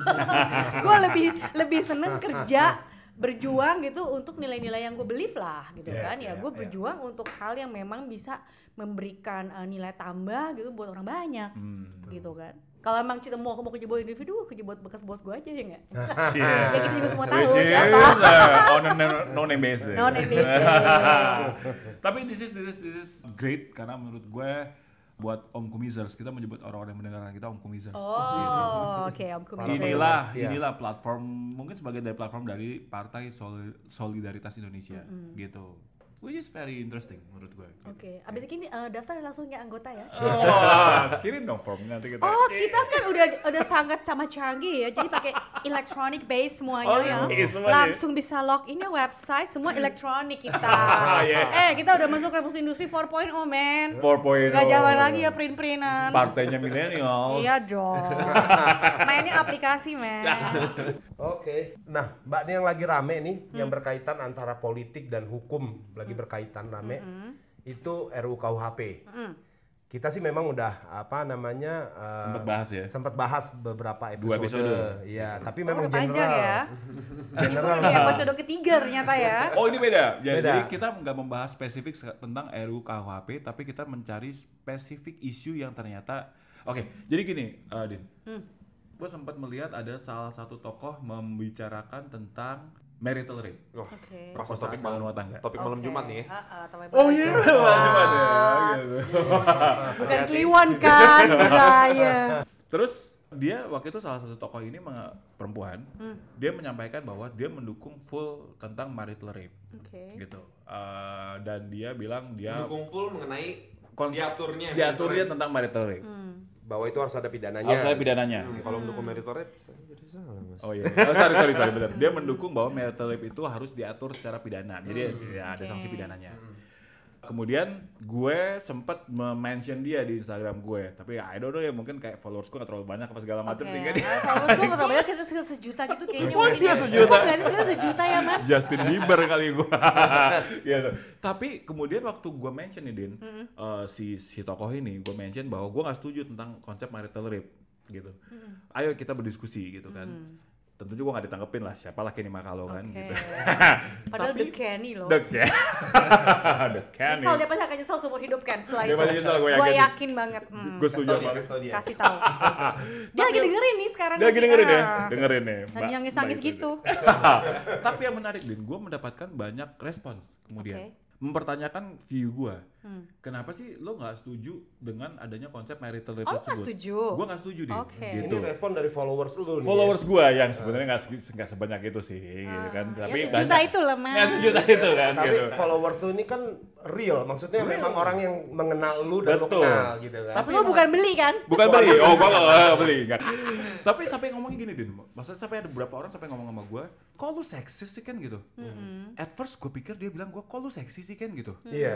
Gue lebih lebih seneng kerja berjuang gitu untuk nilai-nilai yang gue believe lah gitu Yeah, kan. Ya yeah, gue yeah. berjuang untuk hal yang memang bisa memberikan uh, nilai tambah gitu buat orang banyak Hmm. gitu kan. Kalau emang kita mau mau kerja buat individu, kerja buat bekas bos gue aja ya nggak? Yeah. Ya kita juga semua tahu Which is, siapa. uh, on a no, no name basis. No name basis. Tapi this is this is this is great karena menurut gue buat Om Kumisers, kita menyebut orang-orang yang mendengarkan kita Om Kumisers. Oh, oke Om Kumisers. Inilah Iya. inilah platform, mungkin sebagai dari platform dari Partai Sol- Solidaritas Indonesia gitu. Which is very interesting menurut gue. Oke, abis ini uh, daftar langsung ya anggota ya. Oh, kirim dong formnya nanti kita. Oh, kita kan udah udah sangat sama canggih ya. Jadi pakai electronic base semuanya Oh, ya. iya, semuanya. Langsung bisa login ya website, semua elektronik kita. Yeah. Eh, kita udah masuk revolusi industri empat titik nol men. empat titik nol. Gak zaman lagi ya print-printan. Partainya millennials. Iya dong. Mainnya aplikasi men. Oke. Nah, Mbak ini yang lagi rame nih, yang berkaitan antara politik dan hukum lagi berkaitan rame. Itu R U U K U H P. Kita sih memang udah apa namanya uh, Sempat bahas ya. sempat bahas beberapa episode. Dua episode. Iya, tapi Oh, memang udah panjang general. ya. General. Ini episode ketiga ternyata ya. Oh ini beda. Jadi, Beda. jadi kita nggak membahas spesifik se- tentang R U U K U H P, tapi kita mencari spesifik isu yang ternyata. Oke, jadi gini, uh, Din. Hmm. Gue sempat melihat ada salah satu tokoh membicarakan tentang marital rape. Wah, Oke. pas Pas topik malam rumah tangga. Topik malam Oke. Jumat nih ya. Ah, ah, topik Oh malam iya, Jumat. malam Jumat ya. Gitu. Bukan Kliwon kan, Raya. Terus dia waktu itu salah satu tokoh ini menge- perempuan, Hmm. dia menyampaikan bahwa dia mendukung full tentang marital rape, Oke. gitu. Uh, dan dia bilang dia Mendukung full mengenai kons- diaturnya. diaturnya tentang marital rape. Hmm. bahwa itu harus ada pidananya. Harus ada pidananya. Hmm, kalau mendukung marital rape, saya jadi salah mas. Oh iya, oh, sorry sorry sorry benar. Dia mendukung bahwa marital rape itu harus diatur secara pidana. Jadi hmm. ya ada sanksi pidananya. Hmm. Kemudian gue sempet mention dia di Instagram gue, tapi I don't know ya mungkin kayak followers gue gak terlalu banyak apa segala macam okay. sehingga dia. Nah, followers gue gak terlalu banyak, kita sejuta gitu kayaknya. Oh dia sejuta. Cukup gak sih sebenarnya sejuta ya man? Justin Bieber kali gue. Gitu. Tapi kemudian waktu gue mention nih Din, mm-hmm. uh, si si tokoh ini gue mention bahwa gue gak setuju tentang konsep marital rape gitu. Mm-hmm. Ayo kita berdiskusi gitu kan. Mm. Tentu juga gak ditanggepin lah, siapalah Kenny Makalo kan okay. gitu. Padahal The Kenny loh. The Kenny. The Kenny. Nyesel, dia pasti akan nyesel seumur hidup kan setelah dia itu. Nyesel, gue yakin. Gue yakin banget. Hmm. Gue setuju banget. Kasih tahu. Dia lagi dengerin nih sekarang. Dia lagi dengerin ya? Dengerin nih. Dan nangis-nangis gitu. Tapi yang menarik Din, gue mendapatkan banyak respons kemudian. Okay. Mempertanyakan view gue. Hmm. Kenapa sih lo gak setuju dengan adanya konsep marital rape tersebut? Oh, gak setuju? Gue gak setuju deh. Okay. Gitu. Ini respon dari followers lo nih. Followers gue yang sebenarnya gak, gak sebanyak itu sih. Uh, gitu kan. Tapi ya sejuta itu lah man. Ya sejuta itu kan. Tapi gitu. followers lo ini kan real. Maksudnya real. Memang orang yang mengenal lo dan lo Betul. kenal gitu kan. Tapi lo bukan beli kan? Bukan beli. Oh gue gak beli. Gak. Tapi sampai ngomongin gini Din. Maksudnya sampai ada beberapa orang sampai ngomong sama gue, kok lu seksis sih kan gitu. Mm-hmm. At first gue pikir dia bilang gue, kok lu seksi sih kan gitu. Iya.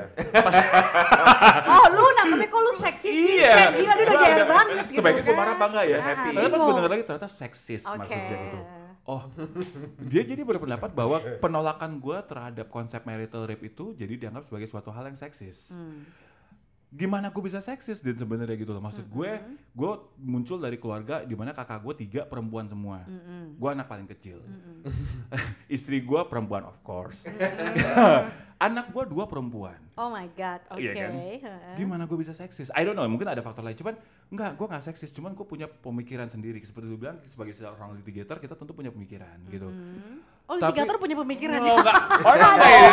Oh lu nangkepnya kok lu seksi sih kan, gila dia udah gair banget gitu. Sebaiknya gue kan? marah apa enggak ya? Happy. Ternyata pas gue denger lagi ternyata seksis okay. maksudnya gitu. Oh, dia jadi berpendapat bahwa penolakan gue terhadap konsep marital rape itu jadi dianggap sebagai suatu hal yang seksis. Hmm. Gimana gue bisa seksis dan sebenarnya gitu loh. Maksud gue, mm-hmm. gue muncul dari keluarga di mana kakak gue tiga perempuan semua. Mm-hmm. Gue anak paling kecil. Mm-hmm. Istri gue perempuan of course. Mm-hmm. Anak gue dua perempuan. Oh my god, oke. Okay. Iya kan? Gimana gue bisa seksis? I don't know, mungkin ada faktor lain. Cuman enggak, gue nggak seksis. Cuman gue punya pemikiran sendiri. Seperti lu bilang, sebagai seorang litigator kita tentu punya pemikiran mm-hmm. gitu. Oh, litigator punya pemikiran no, ya? Enggak. Oh, enggak ya?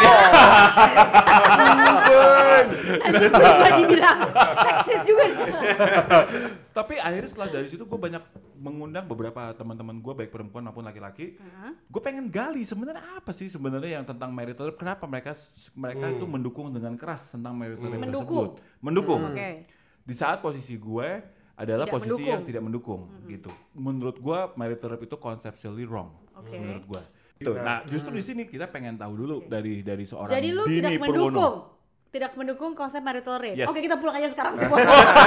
Nanti gue dibilang seksis juga. Tapi akhirnya setelah dari situ gue banyak mengundang beberapa teman-teman gue baik perempuan maupun laki-laki. Uh-huh. Gue pengen gali sebenarnya apa sih sebenarnya yang tentang marital rape? Kenapa mereka mereka hmm. itu mendukung dengan keras tentang marital rape hmm. tersebut? Mendukung. Hmm. Okay. Di saat posisi gue adalah tidak posisi mendukung. yang tidak mendukung hmm. gitu. Menurut gue marital rape itu conceptually wrong. Okay. Menurut gue. Gitu. Nah, justru hmm. di sini kita pengen tahu dulu okay. dari dari seorang Jadi lu Dini tidak Purwono. mendukung, tidak mendukung konsep marital rape. Yes. Oke, kita pulang aja sekarang semua.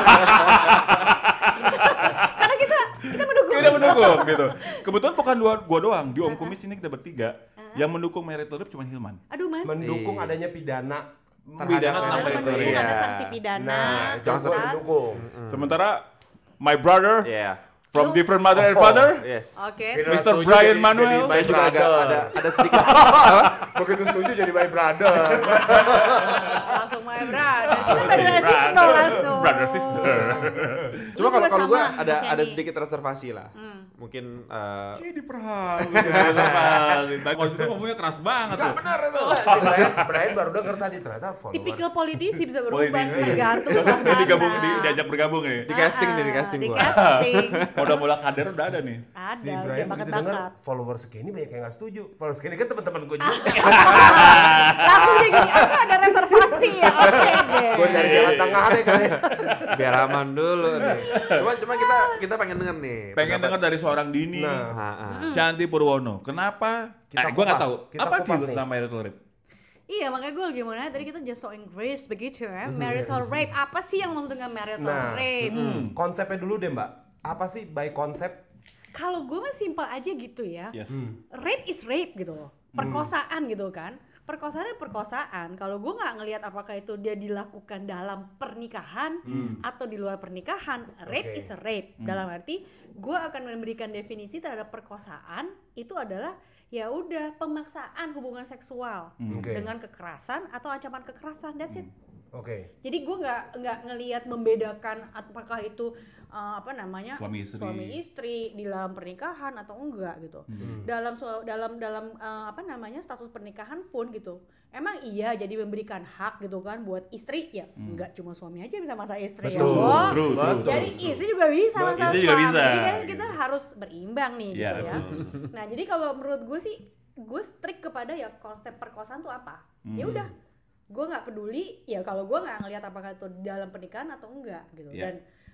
Karena kita kita mendukung. Kita mendukung gitu. Kebetulan bukan dua gua doang, di Om Kumis ini kita bertiga uh-huh. yang mendukung marital rape cuma Hilman. Aduh, man. Mendukung e. adanya pidana pidana tentang marital rape. Ada sanksi pidana. Nah, itu gua mendukung. Mm-hmm. Sementara my brother yeah. from different mother and father. Yes. Oke. Okay. mister Brian jadi, Manuel. Saya juga agak ada ada sedikit. Begitu setuju jadi my brother. Langsung my brother. Kita brother sister langsung. Brother sister. Cuma kalau kalau gue ada ada sedikit reservasi lah. Hmm. Mungkin uh, Jadi perhal. Reservasi. Tadi maksudnya ngomongnya keras banget tuh. Benar itu. Brian, Brian baru denger tadi ternyata followers. Tipikal politisi bisa berubah tergantung suasana. Digabung di, diajak bergabung nih. Di casting nih, di casting Di gua. casting. Modal-modal kader udah ada nih. Ada, si Brian begitu denger followers segini banyak yang gak setuju. Followers segini kan teman-teman gue juga. Langsung dia gini, aku ada reservasi ya, oke deh. Gue cari jalan tengah deh kali. Biar aman dulu nih. Cuma cuma kita kita pengen denger nih. Pengen denger dari seorang Dini. Nah, Shanti Purwono. Kenapa? Kita eh, gue nggak tahu. Kita Apa view tentang marital rape? Iya, makanya gue lagi mau nanya, tadi kita just so English begitu ya. Marital rape, apa sih yang maksud dengan marital nah, rape? Hmm. Konsepnya dulu deh Mbak. Apa sih by konsep? Kalau gue mah simpel aja gitu ya. Yes. Hmm. Rape is rape gitu loh. Perkosaan hmm. gitu kan. Perkosaan perkosaan. Kalau gue nggak ngelihat apakah itu dia dilakukan dalam pernikahan hmm. atau di luar pernikahan, rape okay. is a rape. Hmm. Dalam arti gue akan memberikan definisi terhadap perkosaan itu adalah ya udah pemaksaan hubungan seksual hmm. okay. dengan kekerasan atau ancaman kekerasan. That's it. Oke. Okay. Jadi gue nggak nggak ngelihat membedakan apakah itu uh, apa namanya suami istri. suami istri di dalam pernikahan atau enggak gitu. Hmm. Dalam dalam dalam uh, apa namanya status pernikahan pun gitu. Emang iya jadi memberikan hak gitu kan buat istri ya. Hmm. Enggak cuma suami aja bisa masa istri betul, ya. Oh, true, true, jadi true, istri juga bisa masa istri suami. juga bisa. Jadi kan kita harus berimbang nih ya, gitu ya. Betul. Nah jadi kalau menurut gue sih gue strict kepada ya konsep perkosaan tuh apa. Hmm. Ya udah. Gue nggak peduli ya kalau gue nggak ngelihat apakah itu dalam pernikahan atau enggak gitu yeah. dan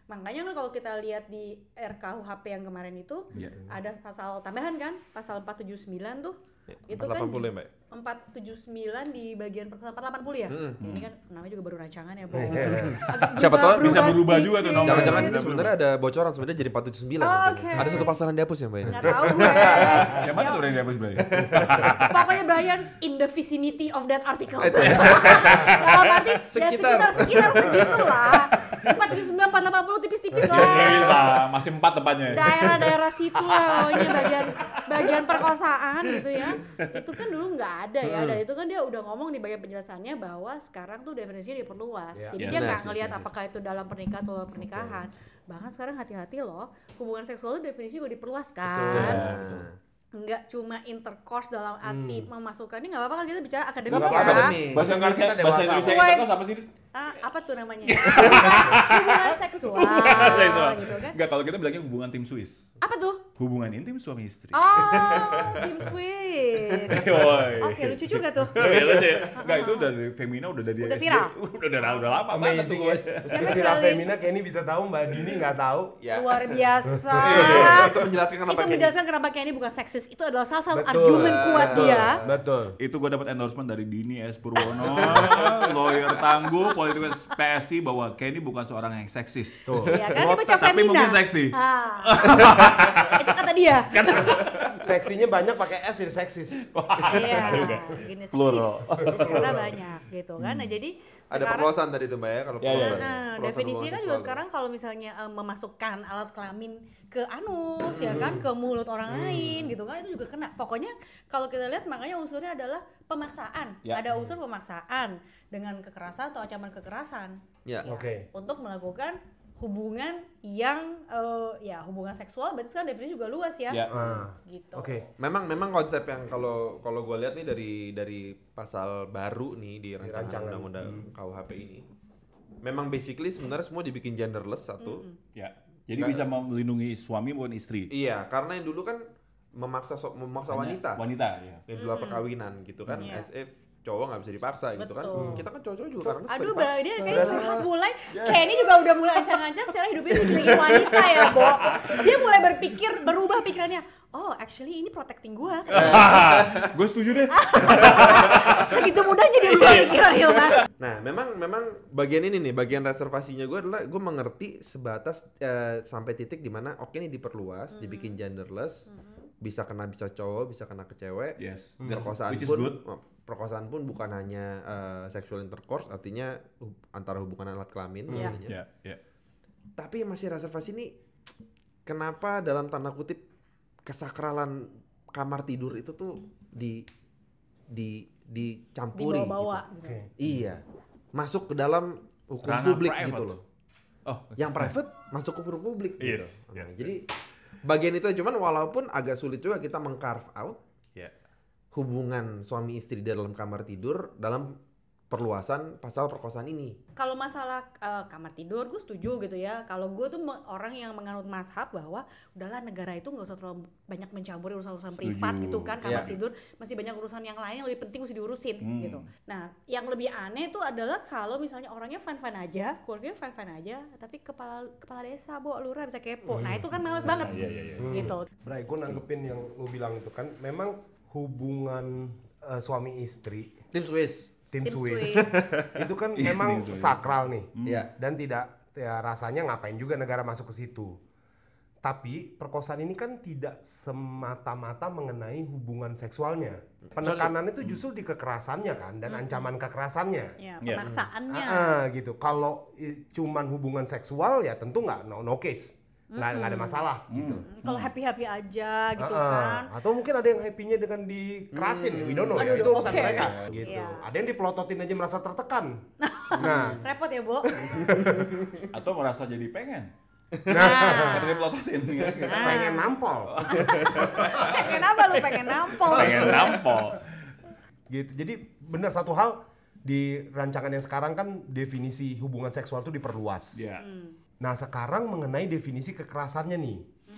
Makanya kan kalau kita lihat di R K U H P yang kemarin itu yeah. ada pasal tambahan kan, pasal empat tujuh sembilan tuh. Ya, itu empat delapan puluh kan ya, Mbak? empat tujuh sembilan di bagian perkosaan empat delapan puluh ya? Hmm. Ini kan namanya juga baru rancangan ya, Bo. Siapa tahu bisa berubah juga tuh nomor. Jangan-jangan ini sebenarnya ada bocoran sebenarnya jadi empat tujuh sembilan. Oh, oke. Ada satu pasal yang dihapus ya, Mbak? Nggak tahu gue. Yang mana tuh Brian dihapus Brian? Pokoknya Brian in the vicinity of that article. Dalam arti ya sekitar sekitar segitu lah. empat tujuh sembilan, empat delapan puluh tipis-tipis lah. Bisa, masih empat tepatnya. Daerah-daerah situ lah, ini bagian bagian perkosaan gitu ya. Itu kan dulu nggak ada ya, dan itu kan dia udah ngomong di bagian penjelasannya bahwa sekarang tuh definisinya diperluas. Ya. Jadi Yes, dia yes, nggak yes, ngelihat yes, yes. apakah itu dalam pernikahan atau luar pernikahan. Bahkan sekarang hati-hati loh, hubungan seksual itu definisi juga diperluas kan. Nggak cuma intercourse dalam arti memasukkan, ini nggak apa-apa kan kita bicara akademik Nggak ya. apa-apa, akademik. Bahasa Dengar Indonesia, kita bahasa dewasa. Indonesia Sesuai. intercourse apa sih? Ah, apa tuh namanya? Hubungan seksual gitu kan. Enggak, kalau kita bilangnya hubungan tim Swiss. Apa tuh? Hubungan intim suami istri. Oh, Tim Swiss. Woi. Oke, lucu juga tuh. Iya lucu ya. Enggak, itu dari Femina udah dari Udah S D. viral? Udah udah udah lama banget tuh. Amazing gua. ya. Istilah femina Kenny bisa tahu, Mbak Dini nggak tahu. Ya. Luar biasa. Itu menjelaskan kenapa Itu Kenny. menjelaskan kenapa Kenny bukan seksis. Itu adalah salah satu Betul. argumen kuat Betul. dia. Betul. Itu gue dapat endorsement dari Dini S Purwono, lawyer tangguh, politikus P S I bahwa Kenny bukan seorang yang seksis. Tuh. Iya kan dia baca Tapi femina. mungkin seksi. Ah. Itu kata dia. Seksinya banyak pakai S jadi seksis. Iya, gini Plural. seksis. Karena banyak gitu kan. Nah, jadi Ada sekarang perkosaan tadi tuh, Mbak ya, kalau Ya, ya, perkosaan. ya. Nah, Perkosaan definisinya hubungan kan juga seksual. sekarang kalau misalnya eh, memasukkan alat kelamin ke anus ya kan, ke mulut orang lain gitu kan, itu juga kena. Pokoknya kalau kita lihat makanya unsurnya adalah pemaksaan. Ya. Ada unsur pemaksaan dengan kekerasan atau ancaman kekerasan Ya. Oke. untuk melakukan hubungan yang eh, ya hubungan seksual, berarti kan definisi juga luas ya. Ya. Ah, Gitu. Oke. Memang memang konsep yang kalau kalau gue lihat nih dari dari pasal baru nih di rancangan rancangan. undang-undang K U H P ini. Memang basically sebenarnya semua dibikin genderless satu. Ya. Jadi bisa melindungi suami maupun istri. Iya, karena yang dulu kan memaksa so- memaksa Hanya wanita. Wanita, ya. Yang di luar perkawinan gitu kan. Iya. As if cowok nggak bisa dipaksa gitu kan. Betul. Kita kan cowok-cowok juga karena suka Aduh, dipaksa. bah, dia kayak curhat mulai, kayak ini juga udah mulai ancang-ancang sekarang hidupnya dikelilingin wanita ya, Bo. Dia mulai berpikir, berubah pikirannya. Oh, actually ini protecting gua. Gue setuju deh. Segitu mudahnya dia berubah pikiran gitu kan. Nah, memang memang bagian ini nih, bagian reservasinya gue adalah gue mengerti sebatas eh, sampai titik di mana oke ini diperluas, dibikin genderless, bisa kena bisa cowok, bisa kena ke cewek. Yes. Perkosaan Which is pun good. perkosaan pun bukan hanya eh, sexual intercourse, artinya hub- antara hubungan alat kelamin Iya. namanya. Ya, ya. Tapi yang masih reservasi ini kenapa dalam tanda kutip kesakralan kamar tidur itu tuh di di dicampuri Dibawa-bawa gitu. gitu. Oke. Iya. Masuk ke dalam hukum Ranah publik private. gitu loh. Oh, Yang private masuk ke hukum publik gitu. Yes, Nah, yes, jadi bagian itu cuman walaupun agak sulit juga kita meng-carve out ya. hubungan suami istri di dalam kamar tidur dalam perluasan pasal perkosaan ini. Kalau masalah eh, kamar tidur, gue setuju gitu ya. Kalau gue tuh me- orang yang menganut mazhab bahwa udahlah negara itu nggak usah terlalu banyak mencampuri urusan-urusan privat Setuju. gitu kan. Kamar Iya. tidur masih banyak urusan yang lain yang lebih penting mesti diurusin Hmm. gitu. Nah, yang lebih aneh itu adalah kalau misalnya orangnya fine-fine aja, keluarganya fine-fine aja, tapi kepala kepala desa, Bo, lurah bisa kepo. Nah, itu kan males banget. Iya, iya, iya. Gitu. Bray, gue nanggepin yang lu bilang itu kan, memang hubungan eh, suami istri, Tim Swiss. tim, Tim Swiss, Swiss. itu kan Iya, memang tim Swiss. sakral nih. Iya. Dan tidak ya rasanya ngapain juga negara masuk ke situ. Tapi perkosaan ini kan tidak semata-mata mengenai hubungan seksualnya. Penekanan itu justru di kekerasannya kan, dan ancaman kekerasannya. Ya, Iya. pemaksaannya. Ah, ah, gitu. Kalau i- cuman hubungan seksual ya tentu nggak no, no case, nggak nggak ada masalah gitu. Kalau happy-happy aja gitu Ah, ah. kan. Atau mungkin ada yang happy-nya dengan dikerasin, ya, we don't know ya. Aduh, Itu urusan oke. mereka gitu. Iya. Ada yang dipelototin aja merasa tertekan. Nah, Repot ya, Bo. Atau merasa jadi pengen. Nah, Karena dipelototin. pengen nampol. pengen apa lu pengen nampol? Pengen nampol. Gitu. Jadi benar satu hal di rancangan yang sekarang kan definisi hubungan seksual itu diperluas. Ya. Nah, sekarang mengenai definisi kekerasannya nih.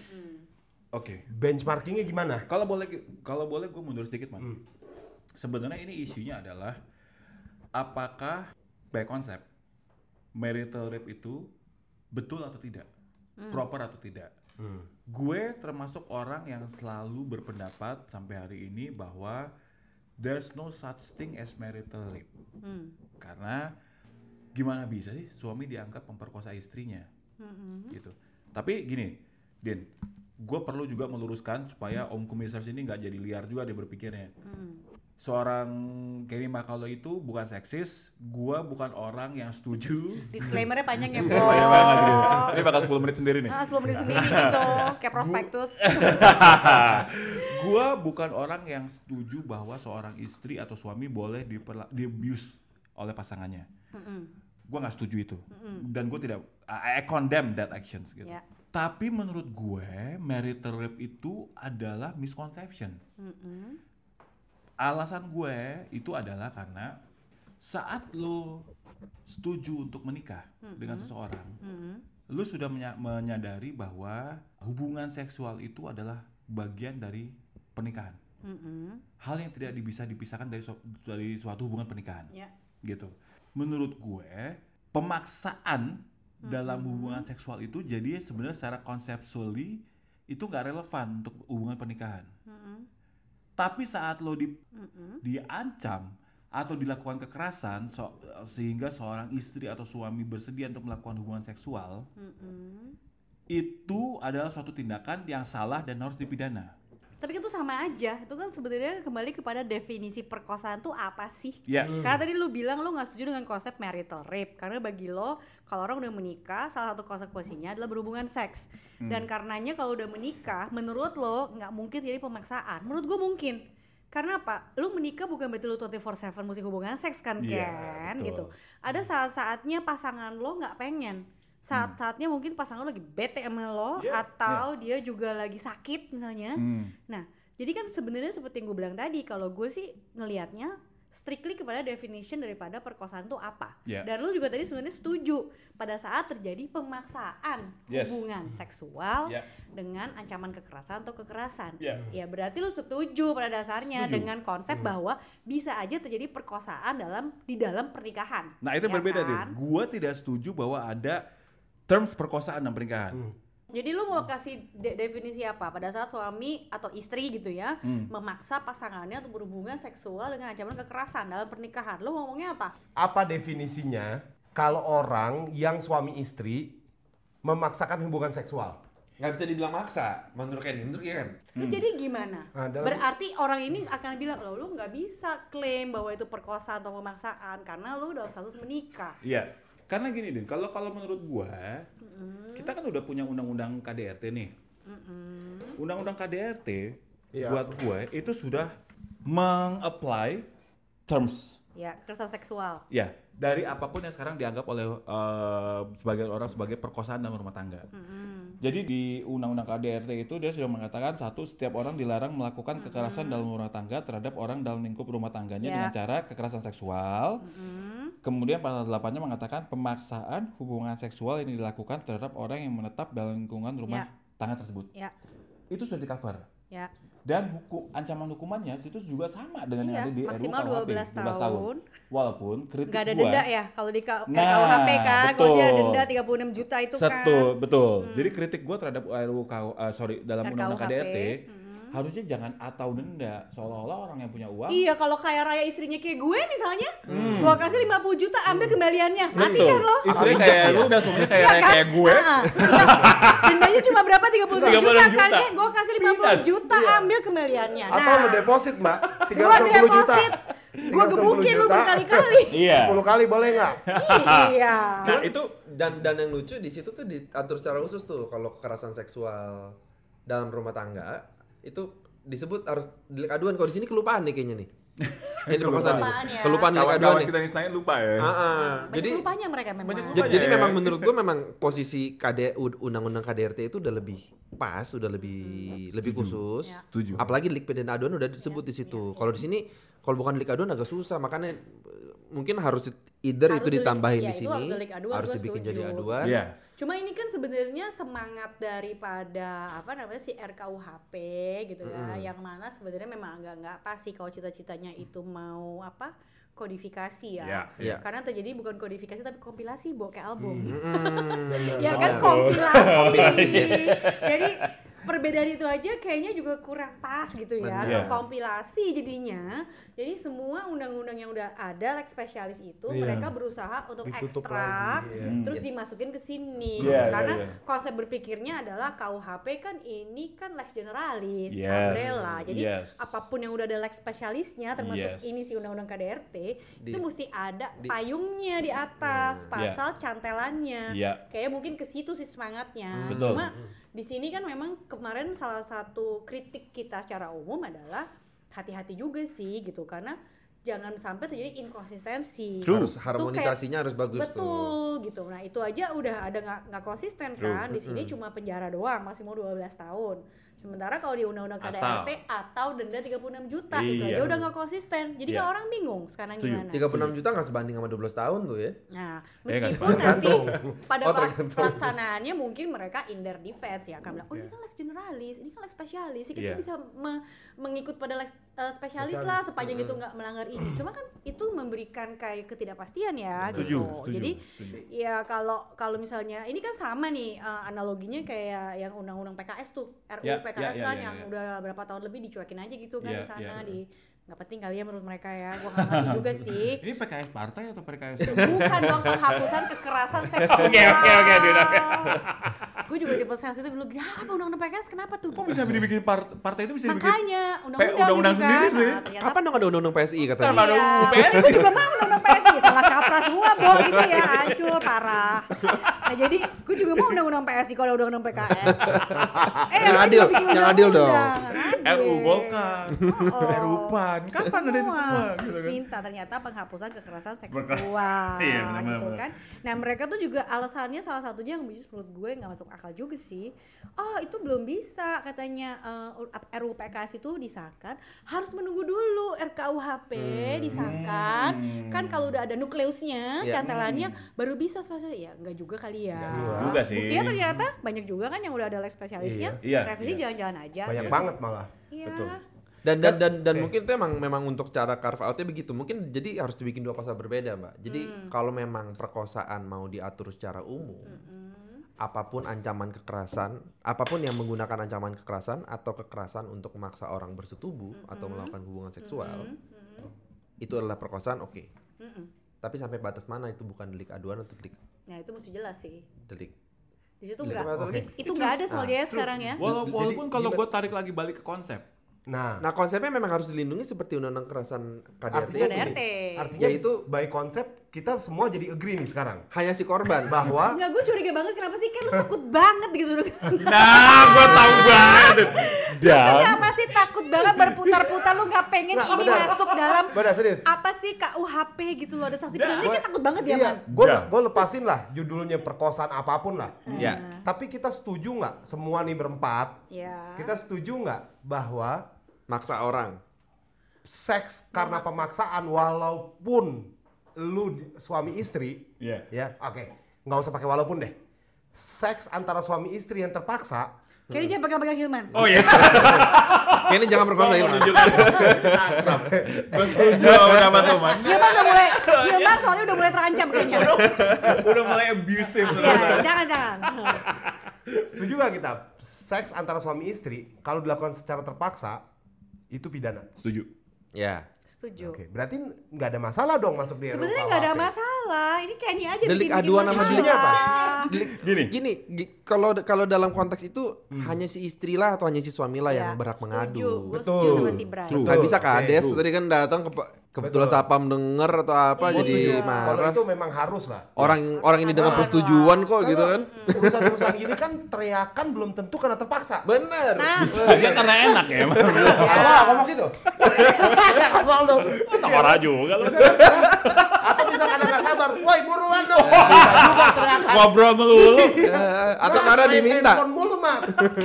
Oke. Benchmarkingnya gimana? Kalau boleh kalau boleh gue mundur sedikit, Man. Hmm. Sebenarnya ini isunya adalah apakah by konsep marital rape itu betul atau tidak, Hmm. proper atau tidak. Hmm. Gue termasuk orang yang selalu berpendapat sampai hari ini bahwa there's no such thing as marital rape. Hmm. Karena gimana bisa sih suami dianggap memperkosa istrinya, Hmm. gitu. Tapi gini, Din, gue perlu juga meluruskan supaya Om Kumisers ini nggak jadi liar juga dia berpikirnya. Hmm. Seorang Kenny Makalo itu bukan seksis, gue bukan orang yang setuju. Disclaimernya panjang ya, Bro. Banyak banget gitu. Ini bakal sepuluh menit sendiri nih. Ah, sebelum menit sendiri gitu, kayak prospektus. Gue bukan orang yang setuju bahwa seorang istri atau suami boleh diperla- di-abuse oleh pasangannya. Mm-mm. Gue nggak setuju itu. Mm-mm. Dan gue tidak, I, I condemn that actions gitu. Ya. Tapi menurut gue, marital rape itu adalah misconception. Mm-mm. Alasan gue itu adalah karena saat lo setuju untuk menikah Mm-mm. dengan seseorang, Mm-mm. lo sudah menya- menyadari bahwa hubungan seksual itu adalah bagian dari pernikahan. Mm-mm. Hal yang tidak bisa dipisahkan dari, su- dari suatu hubungan pernikahan. Ya. Gitu. Menurut gue, pemaksaan dalam hubungan seksual itu jadi sebenarnya secara konseptually itu nggak relevan untuk hubungan pernikahan. Mm-mm. Tapi saat lo di, Mm-mm. diancam atau dilakukan kekerasan so- sehingga seorang istri atau suami bersedia untuk melakukan hubungan seksual, Mm-mm. itu adalah suatu tindakan yang salah dan harus dipidana. Tapi itu sama aja, itu kan sebenarnya kembali kepada definisi perkosaan tuh apa sih? Ya, Karena tadi lu bilang lu nggak setuju dengan konsep marital rape, karena bagi lo kalau orang udah menikah salah satu konsekuensinya adalah berhubungan seks. Hmm. Dan karenanya kalau udah menikah, menurut lo nggak mungkin jadi pemaksaan. Menurut gue mungkin. Karena apa? Lu menikah bukan berarti lu dua puluh empat tujuh mesti hubungan seks kan, Iya, Ken? betul. Gitu. Ada saat-saatnya pasangan lo nggak pengen. Saat-saatnya mungkin pasangan lo lagi bete sama lo, Iya, atau dia juga lagi sakit misalnya. hmm. Nah, jadi kan sebenarnya seperti yang gue bilang tadi, kalau gue sih ngelihatnya strictly kepada definition daripada perkosaan itu apa. Yeah. Dan lu juga tadi sebenarnya setuju pada saat terjadi pemaksaan Yes. hubungan seksual Yeah. dengan ancaman kekerasan atau kekerasan. Yeah. Ya berarti lu setuju pada dasarnya Setuju. dengan konsep bahwa bisa aja terjadi perkosaan dalam di dalam pernikahan. Nah itu ya berbeda kan? deh. Gua tidak setuju bahwa ada terms perkosaan dalam pernikahan. Jadi lu mau kasih de- definisi apa pada saat suami atau istri gitu ya Hmm. memaksa pasangannya untuk berhubungan seksual dengan ancaman kekerasan dalam pernikahan? Lu ngomongnya apa? Apa definisinya kalau orang yang suami istri memaksakan hubungan seksual? Nggak bisa dibilang maksa, menurut Kenny, menurut Ken. Lu jadi gimana? Ah, dalam- Berarti orang ini akan bilang, lo lu nggak bisa klaim bahwa itu perkosaan atau pemaksaan karena lu dalam status menikah. Iya. Karena gini deh, kalau kalau menurut gua, kita kan udah punya undang-undang K D R T nih. Undang-undang K D R T Iya. buat gue itu sudah meng-apply terms Ya, kekerasan seksual. ya dari apapun yang sekarang dianggap oleh eh, sebagian orang sebagai perkosaan dalam rumah tangga. Jadi di Undang-Undang K D R T itu dia sudah mengatakan satu, setiap orang dilarang melakukan kekerasan dalam rumah tangga terhadap orang dalam lingkup rumah tangganya Ya. dengan cara kekerasan seksual. Kemudian pasal delapan-nya mengatakan pemaksaan hubungan seksual yang dilakukan terhadap orang yang menetap dalam lingkungan rumah Ya. tangga tersebut. Ya, Itu sudah di-cover. ya. Dan hukum ancaman hukumannya itu juga sama dengan yang Iya, ada di maksimal R U U K U H P, dua belas tahun. Walaupun kritik Nggak ada gua, denda ya kalau di K- Nah, R K U H P kan, kalau sih ada betul. denda tiga puluh enam juta itu kan. Betul, betul. Jadi kritik gua terhadap R U U K U, eh, sorry dalam R K U Undang-Undang K D R T H P, harusnya jangan atau denda, seolah-olah orang yang punya uang. Iya, kalau kaya raya istrinya kayak gue misalnya, gua kasih lima puluh juta, ambil kembaliannya. Mati Betul. kan lo? Istri kayak lu dan suaminya kayak Iya kan? kayak gue. Ah, iya. Dendanya cuma berapa? tiga puluh tiga puluh juta enam kan? juta. Kan gua kasih lima puluh Peanuts. juta, ambil kembaliannya. Atau Nah, lu deposit, Mbak, tiga gua ratus enam puluh juta. deposit, gua gebukin lu berkali-kali. Iya. sepuluh kali boleh nggak? Iya. Nah, itu Dan dan yang lucu di situ tuh diatur secara khusus tuh kalau kekerasan seksual dalam rumah tangga itu disebut harus delik aduan. Kalau di sini kelupaan nih kayaknya nih. Ini perkosaan nih. Kelupaan ya. Kelupaan delik aduan kawan-kawan nih. kita di Senayan lupa ya. Ah, ah. Banyak Jadi lupanya mereka memang. banyak Jadi, Lupanya jadi ya. memang menurut gue memang posisi K D undang-undang K D R T itu udah lebih pas, udah lebih lebih khusus. Ya. Setuju. Apalagi delik pidana aduan udah disebut di situ. Kalau di sini kalau bukan delik aduan agak susah, makanya eh, mungkin harus either Harus itu delik- ditambahin iya, di itu sini, harus delik aduan, harus gua dibikin setuju. jadi aduan. Iya. Cuma ini kan sebenarnya semangat daripada apa namanya si R K U H P gitu ya, yang mana sebenarnya memang agak nggak pas sih kalau cita-citanya itu mau apa kodifikasi ya. Ya, ya. Karena terjadi bukan kodifikasi tapi kompilasi, Bo, kayak album. Hmm. Ya kan Benar. kompilasi. Jadi perbedaan itu aja kayaknya juga kurang pas gitu ya. Benar. Kalau kompilasi jadinya, jadi semua undang-undang yang udah ada like spesialis itu Iya. mereka berusaha untuk Ditutup ekstrak, lagi, iya. terus Yes. dimasukin ke sini. Iya, iya, Karena iya. konsep berpikirnya adalah K U H P kan ini kan lex generalis, Yes. umbrella. Jadi Yes. apapun yang udah ada lex spesialisnya termasuk Yes. ini si undang-undang K D R T itu Di- mesti ada di- payungnya di atas, Hmm. pasal cantelannya. Iya. Kayak mungkin ke situ sih semangatnya. Betul. Cuma di sini kan memang kemarin salah satu kritik kita secara umum adalah hati-hati juga sih gitu karena jangan sampai terjadi inkonsistensi. True. Harus harmonisasinya harus bagus tuh. Betul gitu. Nah itu aja udah ada nggak nggak konsisten True. kan. Di sini cuma penjara doang, masih mau dua belas tahun. Sementara kalau di undang-undang K D R T atau denda tiga puluh enam juta itu Iya. aja udah nggak konsisten. Jadi Iya. kan orang bingung sekarang Setuju. gimana. tiga puluh enam juta nggak sebanding sama dua belas tahun tuh ya. Nah, Eh, nggak meskipun nanti pada Oh, pelak- tergantung. pelaksanaannya mungkin mereka in their defense ya akan bilang, oh ini kan lex generalis, ini kan lex spesialis, kita Iya. bisa me- mengikut pada lex uh, spesialis lah sepanjang itu nggak melanggar ini. Cuma kan itu memberikan kayak ketidakpastian ya Setuju, gitu. setuju, Jadi setuju. ya kalau kalau misalnya ini kan sama nih uh, analoginya kayak yang undang-undang P K S tuh, R U Ya, P K S ya, ya, kan ya, yang ya. udah berapa tahun lebih dicuekin aja gitu kan Ya, di sana ya, ya. di nggak penting kali ya menurut mereka ya, gua nggak ngerti juga sih. Ini P K S partai atau P K S? Bukan dong penghapusan kekerasan seksual. Oke, oke, oke, Dina. Gue juga cepet sensitif dulu. Kenapa undang-undang P K S kenapa tuh? Kok bisa dibikin part- partai itu bisa dibikin? Makanya undang-undang, undang-undang gitu kan. sendiri sih. Nah, ternyata Kapan dong ada undang-undang P S I katanya? Kenapa ada U P S? Gue juga mau undang-undang P S I. Salah kaprah semua, Bo, gitu ya. Hancur, parah. Nah jadi gue juga mau undang-undang P S I kalau ada undang-undang P K S. Eh, Yang gue adil, juga bikin yang adil dong. undang-undang. R U Adil. Golkar, Oh, R U P A N, kapan ada itu semua? Gitu kan? Minta ternyata penghapusan kekerasan seksual Iya, benar, gitu benar. kan. Nah mereka tuh juga alasannya salah satunya yang bisnis menurut gue nggak masuk akal juga sih. Oh itu belum bisa katanya uh, R U U P K S itu disahkan harus menunggu dulu R K U H P disahkan. Hmm. Kan kalau udah ada nukleusnya, Ya. cantelannya baru bisa spesialis. Ya nggak juga kali ya. Nggak juga sih. Buktinya ternyata banyak juga kan yang udah ada lex spesialisnya. Iya, Revisi iya. jalan-jalan aja. Banyak Iya. banget malah. Iya. Betul. Dan dan dan dan Eh. mungkin itu emang memang untuk cara carve out-nya begitu. Mungkin jadi harus dibikin dua pasal berbeda, Mbak. Jadi kalau memang perkosaan mau diatur secara umum, apapun ancaman kekerasan, apapun yang menggunakan ancaman kekerasan atau kekerasan untuk memaksa orang bersetubuh atau melakukan hubungan seksual, itu adalah perkosaan, oke. Mm-mm. Tapi sampai batas mana itu bukan delik aduan atau delik Nah itu mesti jelas sih. delik Di situ delik nggak. apa atau Oke. delik? Itu nggak ada soalnya ya sekarang ya. Wala- Jadi- Walaupun kalau jadi- gue tarik lagi balik ke konsep, Nah, Nah konsepnya memang harus dilindungi seperti undang-undang kekerasan K D R T. artinya K D R T. gini, artinya Ya, itu itu- by konsep kita semua jadi agree nih sekarang Hanya si korban. bahwa Enggak, gue curiga banget kenapa sih kan lu takut banget gitu. nah gue tahu banget. Dan Kenapa sih takut banget berputar-putar lu nggak pengen Nggak, ini benar. masuk dalam benar serius. apa sih K U H P gitu loh ada sanksi pidana kan takut banget ya Iya, man. gue Ya. gue lepasin lah judulnya perkosaan apapun lah. Ya. Tapi kita setuju nggak semua nih berempat? Ya. Kita setuju nggak bahwa Maksa orang. seks karena pemaksaan walaupun lu di- suami istri, Iya. ya oke, nggak usah pakai walaupun deh. Seks antara suami istri yang terpaksa, Kayaknya jangan pegang-pegang Hilman. oh iya, Kayaknya jangan perkosa gue ya. menunjukkan akrab. Gue setuju sama teman-teman. Hilman udah mulai, Hilman soalnya udah mulai terancam kayaknya. Udah mulai abusive Iya, ternyata. jangan-jangan. setuju nggak kita? Seks antara suami istri kalau dilakukan secara terpaksa itu pidana. Setuju. Ya. Setuju. Oke, berarti nggak ada masalah dong masuk di R U U Sebenarnya K U nggak ada H P. masalah. Ini kayak ini aja Delik bikin-bikin aduan sama masalah. delik apa? Gini. Gini, gi- kalau kalau dalam konteks itu hanya si istri lah atau hanya si suami lah yang Ya, berhak setuju. mengadu. Gue Betul. setuju sama si Bray. True. Gak bisa Oke, kades true. tadi kan datang ke kebetulan Betul. sapam denger atau apa Iya. jadi Kalau marah. itu memang harus lah. Orang orang ini dengan Aduan. persetujuan kok gitu kan. Urusan-urusan gini kan teriakan belum tentu karena terpaksa. Bener. Nah. Iya karena enak ya. emang. Apa ngomong gitu? Ngomong tuh. Takora juga lu. Atau bisa karena nggak sabar, woi buruan dong. Bisa juga teriakan. Ngobrol melulu. Eh, atau Mas, karena main diminta. handphone mulu mas.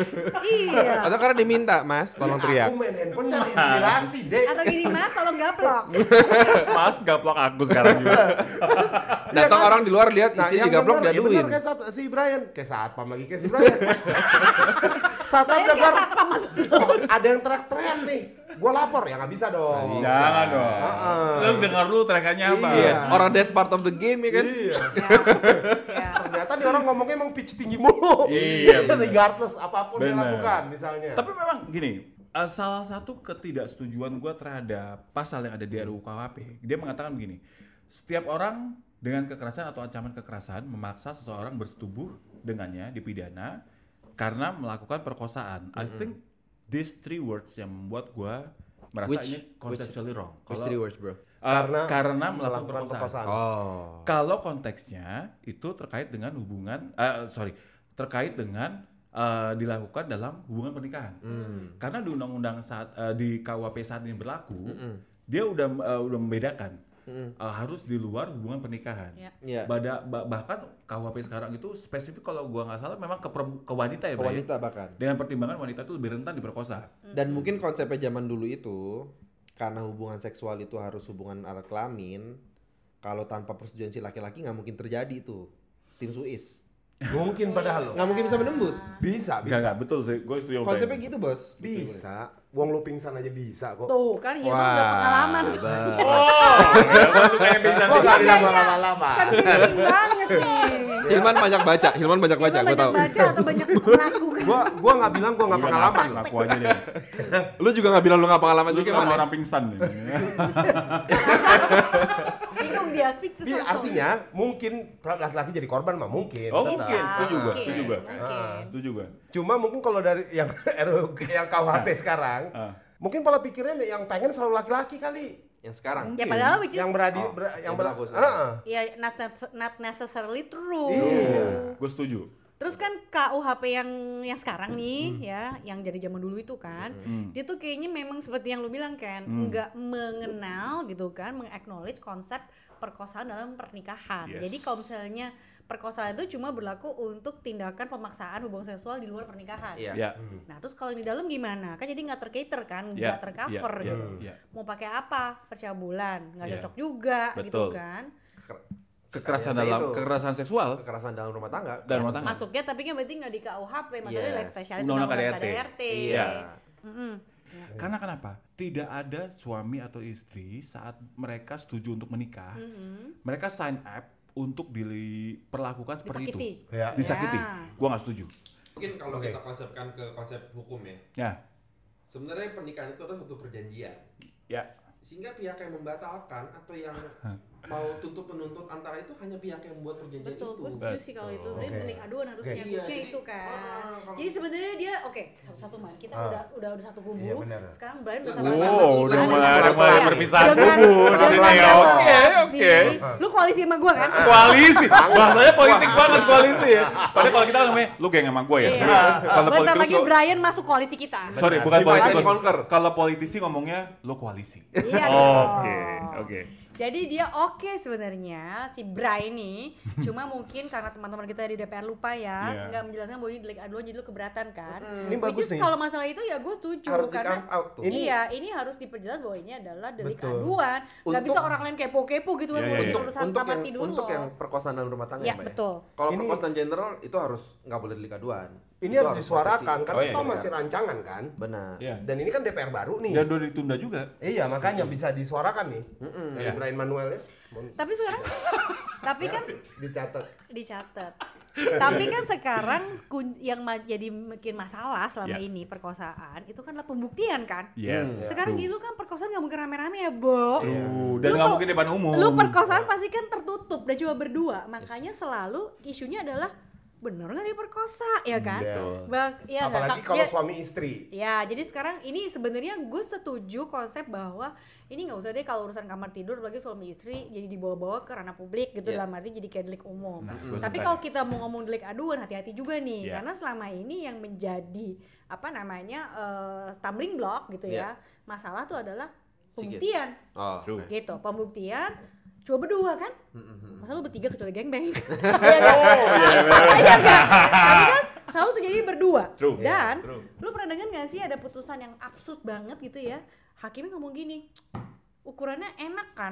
Iya. Atau karena diminta, Mas, tolong teriak. Aku main handphone cari inspirasi deh. Atau gini mas, tolong gaplok. Mas gaplok aku sekarang juga. Datang kan? orang di luar lihat Nah, istri yang digaplok bener, ya diaduin. bener kayak saat, si Brian, kayak saat pam lagi kayak si Brian. Saat pam Bayar kayak dengar, satpam masuk. oh, ada yang teriak-teriak nih. gua lapor ya nggak bisa dong. Jangan dong. Heeh. Lu dengar lu teriakannya apa? Iya, orang that's part of the game ya kan. Iya. Ya. Ternyata nih orang ngomongnya emang pitch tinggi mulu. Iya, bener. Regardless apapun dia Bener. lakukan misalnya. Tapi memang gini, uh, salah satu ketidaksetujuan gue terhadap pasal yang ada di R U U K U H P, dia mengatakan begini, setiap orang dengan kekerasan atau ancaman kekerasan memaksa seseorang bersetubuh dengannya dipidana karena melakukan perkosaan. I think these three words yang membuat gue merasa Which- ini conceptually wrong. Which Kalau- three words, bro? uh, Karena karena melakukan melakukan perkosaan. perkosaan. Oh. Kalau konteksnya itu terkait dengan hubungan, uh, sorry, terkait dengan uh, dilakukan dalam hubungan pernikahan. Hmm. Karena di undang-undang saat uh, di K U H P saat ini berlaku, Mm-mm. dia udah uh, udah membedakan Mm-mm. uh, harus di luar hubungan pernikahan. Ya. Iya. Bada, ba- bahkan K U H P sekarang itu spesifik kalau gua nggak salah memang ke, perem- ke wanita ya, Ke Bray? wanita bahkan. Dengan pertimbangan wanita itu lebih rentan diperkosa. Dan mungkin konsepnya zaman dulu itu karena hubungan seksual itu harus hubungan alat kelamin, kalau tanpa persetujuan si laki-laki nggak mungkin terjadi itu. Tim Suis. Mungkin padahal loh. Nggak mungkin bisa menembus. Bisa, Enggak, bisa. enggak, betul sih. Gue setuju. Konsepnya gitu, Bos. Bisa. Uang lu pingsan aja bisa kok. Tuh kan Hilman udah pengalaman. Oh, ya, gua suka yang bisa Gua bisa. nggak bilang gua lama-lama. Kan pusing banget nih. Hilman banyak baca, Hilman banyak baca, Hilman gue banyak tahu. baca atau banyak melakukan. Gua gua nggak bilang gua nggak Iya, pengalaman ngaku- loh. ngaku aja deh. Lu juga nggak bilang lu nggak pengalaman Lu juga sama mana? orang pingsan nih. Bingung dia speak to Bi- some artinya mungkin laki-laki jadi korban mah mungkin. Oh, tetap. mungkin. Setuju gua, Mungkin, setuju gua. mungkin. Setuju gua. Cuma mungkin kalau dari yang R U U yang K U H P sekarang, Ah. mungkin pola pikirnya yang pengen selalu laki-laki kali. Yang sekarang. Ya padahal which is Yang beradi Oh, ber- yang yang ber- berlaku sekarang. Heeh. ya not, not necessarily true. Iya. Gue setuju. Terus kan K U H P yang yang sekarang nih ya, yang dari zaman dulu itu kan, Hmm. dia tuh kayaknya memang seperti yang lu bilang kan, Hmm. nggak mengenal gitu kan, meng-acknowledge konsep perkosaan dalam pernikahan. Yes. Jadi kalau misalnya perkosaan itu cuma berlaku untuk tindakan pemaksaan hubungan seksual di luar pernikahan. Iya. Ya. Nah terus kalau di dalam gimana? Kan jadi nggak tercater kan, Ya, nggak tercover ya, ya, gitu. ya. Mau pakai apa? Percabulan, nggak Ya. cocok juga gitu Betul. kan. Kekerasan Ternyata dalam itu. kekerasan seksual Kekerasan dalam rumah tangga. dan rumah tangga. Masuknya tapi kan berarti nggak di K U H P, maksudnya Yes. like spesialis Undang-undang undang-undang K D R T. K D R T. Iya. Mm-mm. Karena kenapa? Tidak ada suami atau istri saat mereka setuju untuk menikah, Mm-mm. mereka sign up untuk diperlakukan seperti Disakiti. itu. Ya. Disakiti. Ya. Gua nggak setuju. Mungkin kalau Oke. kita konsepkan ke konsep hukum ya. Ya. Sebenarnya pernikahan itu adalah suatu perjanjian. Ya. Sehingga pihak yang membatalkan atau yang mau tuntut menuntut antara itu hanya pihak yang membuat perjanjian Betul, itu. gue setuju sih kalau itu. Berarti Oke. delik aduan harusnya Oke. kunci Iya, itu jadi- kan. Ah, kalau- Jadi sebenarnya dia oke, satu-satu man. Kita Ah. udah udah udah satu kubu. Iya, benar. Sekarang Brian udah Wow, sama sama udah Ivan. mulai- Dengan- udah mulai dengan- berpisah dengan- kubu di dengan sini. rasa Oke, koalisi. oke. Lu koalisi sama gue kan? Koalisi. Bahasanya politik banget koalisi ya. Padahal kalau kita namanya lu geng sama gue ya. Iya. Kalau Bentar politikus lagi lo- Brian masuk koalisi kita. Sorry, bukan Divide and politikus. conquer. Kalau politisi ngomongnya lo koalisi. Iya Oke, dong. oke. Jadi dia oke sebenarnya si Bray ini, cuma mungkin karena teman-teman kita di D P R lupa ya, Iya. nggak menjelaskan bahwa ini delik aduan jadi lu keberatan kan. Ini Which bagus is nih. kalau masalah itu ya gue setuju Harus di karena carve out tuh. Ini- iya ini harus diperjelas bahwa ini adalah delik Betul. aduan. Nggak Untuk- bisa orang lain kepo-kepo gitu kan Iya, iya, ngurusin iya. urusan untuk kamar yang tidur untuk lo. yang perkosaan dalam rumah tangga Iya, ya, Mbak ya? betul. Kalau Ini- perkosaan general itu harus nggak boleh delik aduan. Ini Itu harus disuarakan proteksi. karena Oh, iya, itu iya. masih rancangan kan. Benar. Iya. Dan ini kan D P R baru nih. Dan udah ditunda juga. Iya, makanya bisa disuarakan nih. Mm-mm. Dari Iya. Brian Manuel ya. Mon- Tapi sekarang tapi kan dicatat. dicatat. Tapi kan sekarang kun- yang ma- jadi makin masalah selama Ya. ini perkosaan itu kan adalah pembuktian kan. Yes. Sekarang True. dulu kan perkosaan nggak mungkin rame-rame ya, Bo. True. Dan Lu nggak kalau- mungkin di depan umum. Lu perkosaan pasti kan tertutup dan cuma berdua. Makanya selalu isunya adalah bener nggak diperkosa ya kan? Betul. Bang, ya nggak, Apalagi Kak? kalau Ya- suami istri. Ya, jadi sekarang ini sebenarnya gue setuju konsep bahwa ini nggak usah deh kalau urusan kamar tidur bagi suami istri jadi dibawa-bawa ke ranah publik gitu Iya. dalam arti jadi kayak delik umum. Nah, gua Tapi suka kalau nih. kita mau ngomong delik aduan hati-hati juga nih Iya. karena selama ini yang menjadi apa namanya eh, stumbling block gitu ya. Masalah tuh adalah pembuktian Oh, True. oke. gitu. Pembuktian cuma berdua kan? Mm-mm. Masa lu bertiga kecuali gengbang? Iya nggak? Iya nggak? Tapi kan selalu tuh jadi berdua. True. Dan True. lu pernah dengar nggak sih ada putusan yang absurd banget gitu ya? Hakimnya ngomong gini, ukurannya enak kan?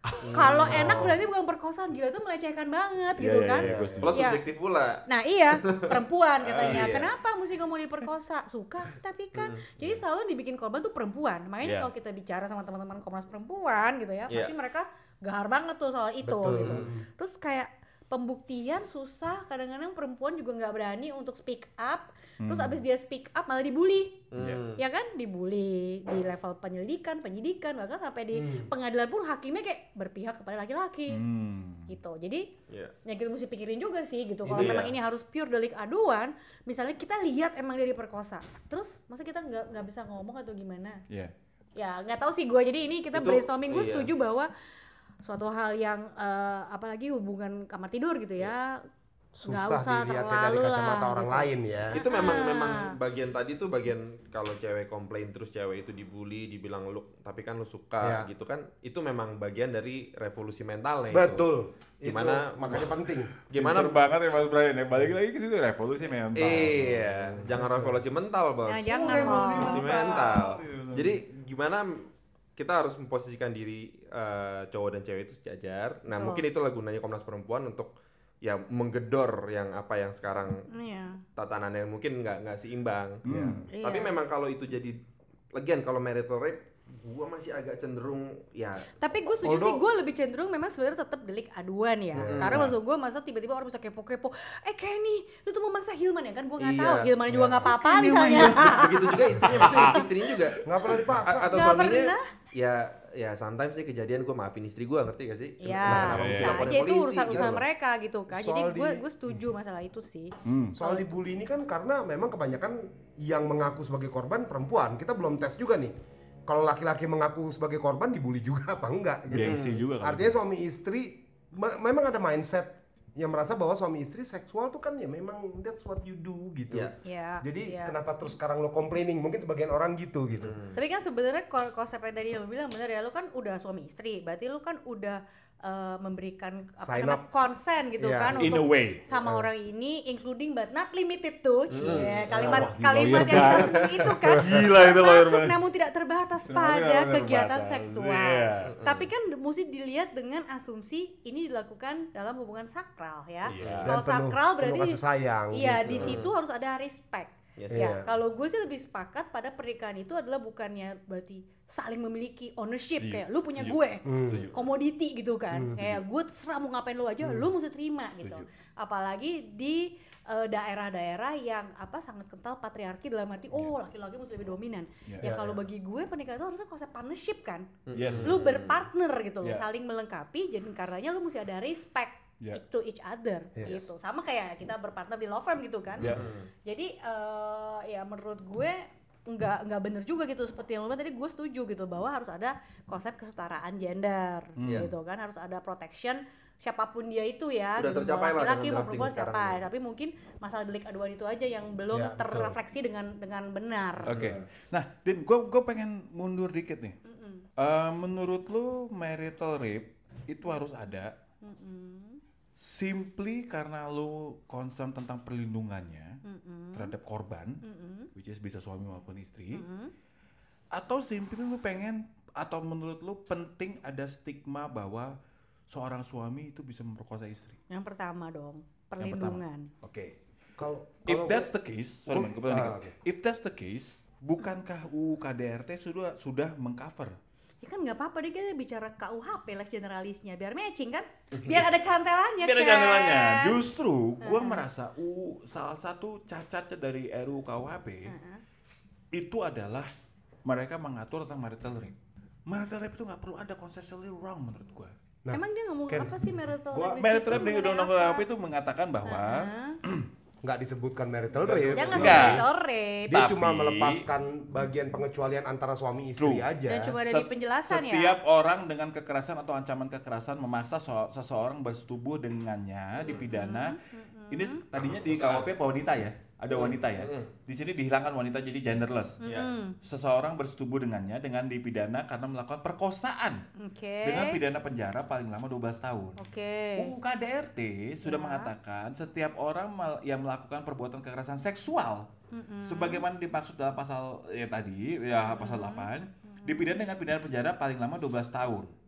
Kalau enak berarti bukan perkosaan, gila itu melecehkan banget Iya, gitu iya, kan. iya, gua setuju. Plus Iya. subjektif pula. Nah iya, perempuan katanya. iya. Kenapa mesti kamu diperkosa? Suka tapi kan. Jadi selalu dibikin korban tuh perempuan. Makanya Iya. kalau kita bicara sama teman-teman Komnas Perempuan gitu ya, Iya. pasti mereka gahar banget tuh soal itu Betul. gitu. Terus kayak pembuktian susah, kadang-kadang perempuan juga nggak berani untuk speak up. Terus abis dia speak up malah dibully. Hmm. Ya kan, dibully di level penyelidikan, penyidikan, bahkan sampai di pengadilan pun hakimnya kayak berpihak kepada laki-laki. Hmm. Gitu. Jadi Iya. yang kita mesti pikirin juga sih gitu. Kalau Ini memang ya. ini harus pure delik aduan, misalnya kita lihat emang dia diperkosa, terus masa kita nggak nggak bisa ngomong atau gimana? Iya. Ya nggak tahu sih gue. Jadi ini kita Itu- brainstorming, gue iya. setuju bahwa suatu hal yang eh, apalagi hubungan kamar tidur gitu ya, nggak Susah usah dilihatnya terlalu dari kacamata lah, orang gitu. lain ya. Itu memang Ah. memang bagian tadi tuh bagian kalau cewek komplain terus cewek itu dibully, dibilang lu tapi kan lu suka Ya. gitu kan, itu memang bagian dari revolusi mentalnya itu. Betul. Gimana- Itu makanya penting. Gimana Pinter banget ya Mas Brian ya. Balik lagi ke situ revolusi mental. Iya, jangan revolusi mental, Bos. Nah, jangan revolusi loh. mental. Iya, benar. Jadi gimana kita harus memposisikan diri eh, cowok dan cewek itu sejajar. Nah, Betul. mungkin itulah gunanya Komnas Perempuan untuk ya menggedor yang apa yang sekarang Iya. tatanannya mungkin nggak nggak seimbang. Hmm. Iya. Tapi memang kalau itu jadi lagian kalau marital rape gua masih agak cenderung ya Tapi gue setuju sih, Although- gue lebih cenderung memang sebenarnya tetap delik aduan ya. Karena maksud gue masa tiba-tiba orang bisa kepo-kepo, eh Kenny, lu tuh memaksa Hilman ya kan? Gue nggak Iya. tahu, Hilman juga Iya. nggak apa-apa misalnya. begitu juga istrinya bisa istrinya juga Nggak pernah dipaksa. A- atau Nggak suaminya pernah. ya ya sometimes nih kejadian gue maafin istri gue, ngerti gak sih? Ya, Nah, kenapa mesti bisa laporin aja itu polisi urusan gitu urusan loh. mereka gitu kan. Jadi Soal gue di- gue setuju masalah itu sih. Hmm. Soal dibully ini kan karena memang kebanyakan yang mengaku sebagai korban perempuan. Kita belum tes juga nih. Kalau laki-laki mengaku sebagai korban dibully juga apa enggak gitu. Gengsi juga kali. Artinya suami istri me- memang ada mindset yang merasa bahwa suami istri seksual tuh kan ya memang that's what you do gitu. Iya. Ya. Jadi ya. kenapa terus sekarang lo complaining? Mungkin sebagian orang gitu gitu. Tapi kan sebenarnya ko- konsep yang tadi lo bilang bener ya, lo kan udah suami istri, berarti lo kan udah eh, memberikan apa Sign namanya up. konsen gitu Iya. kan In a untuk way. sama orang ini, including but not limited to, cie, kalimat Wah, gila, kalimat lawyer yang kita banget. sebut itu kan, Gila itu lawyer termasuk banget. namun tidak terbatas Namun pada tidak kegiatan terbatas, seksual. iya. Tapi kan mesti dilihat dengan asumsi ini dilakukan dalam hubungan sakral ya. Iya. Kalau Dan penuh- sakral penuh berarti kasih sayang, iya gitu. di situ harus ada respect. Yes. Ya, Iya. kalau gue sih lebih sepakat pada pernikahan itu adalah bukannya berarti saling memiliki ownership Setuju. kayak lu punya Setuju. gue, Setuju. komoditi gitu kan. Kayak gue terserah mau ngapain lu aja, lu mesti terima gitu. Apalagi di eh, daerah-daerah yang apa sangat kental patriarki dalam arti oh laki-laki mesti lebih dominan. Iya. Ya kalau bagi gue pernikahan itu harusnya konsep partnership kan. Yes. Lu berpartner gitu loh, Iya. saling melengkapi. Jadi karenanya lu mesti ada respect Iya. to each other Yes. gitu. Sama kayak kita berpartner di law firm gitu kan. Iya. Jadi eh, ya menurut gue nggak nggak bener juga gitu seperti yang lo bilang tadi. Gue setuju gitu bahwa harus ada konsep kesetaraan gender gitu kan, harus ada protection siapapun dia itu ya. Udah gitu. tercapai Mau lah laki-laki dengan mau drafting perempuan sekarang tercapai, ini. tapi mungkin masalah delik aduan itu aja yang belum Ya, betul. terrefleksi dengan dengan benar. Oke. Nah, Din, gue gue pengen mundur dikit nih. Eh, menurut lu marital rape itu harus ada simply karena lu concern tentang perlindungannya terhadap korban, which is bisa suami maupun istri, atau simply lu pengen atau menurut lu penting ada stigma bahwa seorang suami itu bisa memperkosa istri? Yang pertama dong, Yang pertama. perlindungan. Oke. Kalau If kalau- that's the case, sorry Oh, man, gue potong ah, dikit. oke. If that's the case, bukankah U U K D R T sudah sudah mengcover? Ya kan nggak apa-apa deh kita bicara K U H P lex generalisnya biar matching kan, biar ada cantelannya. Biar ada Ken. cantelannya. Justru gue merasa U salah satu cacat dari R U U K U H P itu adalah mereka mengatur tentang marital rape. Marital rape itu nggak perlu ada conceptually wrong menurut gue. Nah, Emang dia ngomong Ken, apa sih marital gua- rape? di Marital situ? rape di Mengenai Undang-Undang K U H P apa? itu mengatakan bahwa nggak disebutkan marital rape. Dia nggak Enggak. marital rape. Dia Tapi- cuma melepaskan bagian pengecualian antara suami istri True. aja. Dan cuma ada di Set- penjelasan ya. setiap orang dengan kekerasan atau ancaman kekerasan memaksa so- seseorang bersetubuh dengannya dipidana. Ini tadinya di K U H P wanita ya, ada wanita ya. Di sini dihilangkan wanita jadi genderless. Seseorang bersetubuh dengannya dengan dipidana karena melakukan perkosaan Oke. dengan pidana penjara paling lama dua belas tahun. Oke. U U K D R T sudah mengatakan setiap orang mal- yang melakukan perbuatan kekerasan seksual sebagaimana dimaksud dalam pasal ya tadi ya pasal delapan dipidana dengan pidana penjara paling lama dua belas tahun.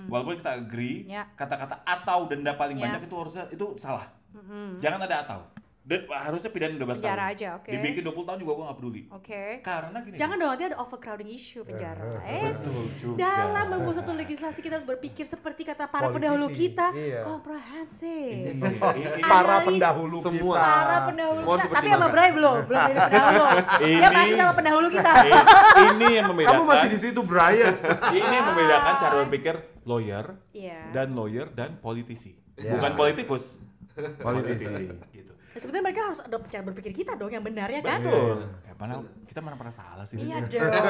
Walaupun kita agree, Ya. kata-kata atau denda paling Ya. banyak itu harusnya itu salah. Mm-mm. Jangan ada atau. Dan harusnya pidana dua belas tahun. Penjara aja, oke. Dibikin dua puluh tahun juga gue gak peduli. Oke. Karena gini. Jangan dong, nanti ada overcrowding issue penjara. Eh, Betul juga. dalam membuat suatu legislasi kita harus berpikir seperti kata para Politisi, pendahulu kita, iya. komprehensif. Para Analis pendahulu semua. kita. Para pendahulu Semua kita. harus Tapi sama dipertimbangkan. Bray belum, belum jadi pendahulu. Dia Ini- pasti sama pendahulu kita. Eh, ini yang membedakan. Kamu masih di situ, Brian. Ini yang membedakan cara berpikir lawyer Iya. dan lawyer dan politisi. Ya. Bukan politikus. Politisi. Gitu. Nah, sebetulnya mereka harus ada cara berpikir kita dong yang benarnya kan? Betul. Ya, mana kita mana pernah salah sih. Iya Dit? dong.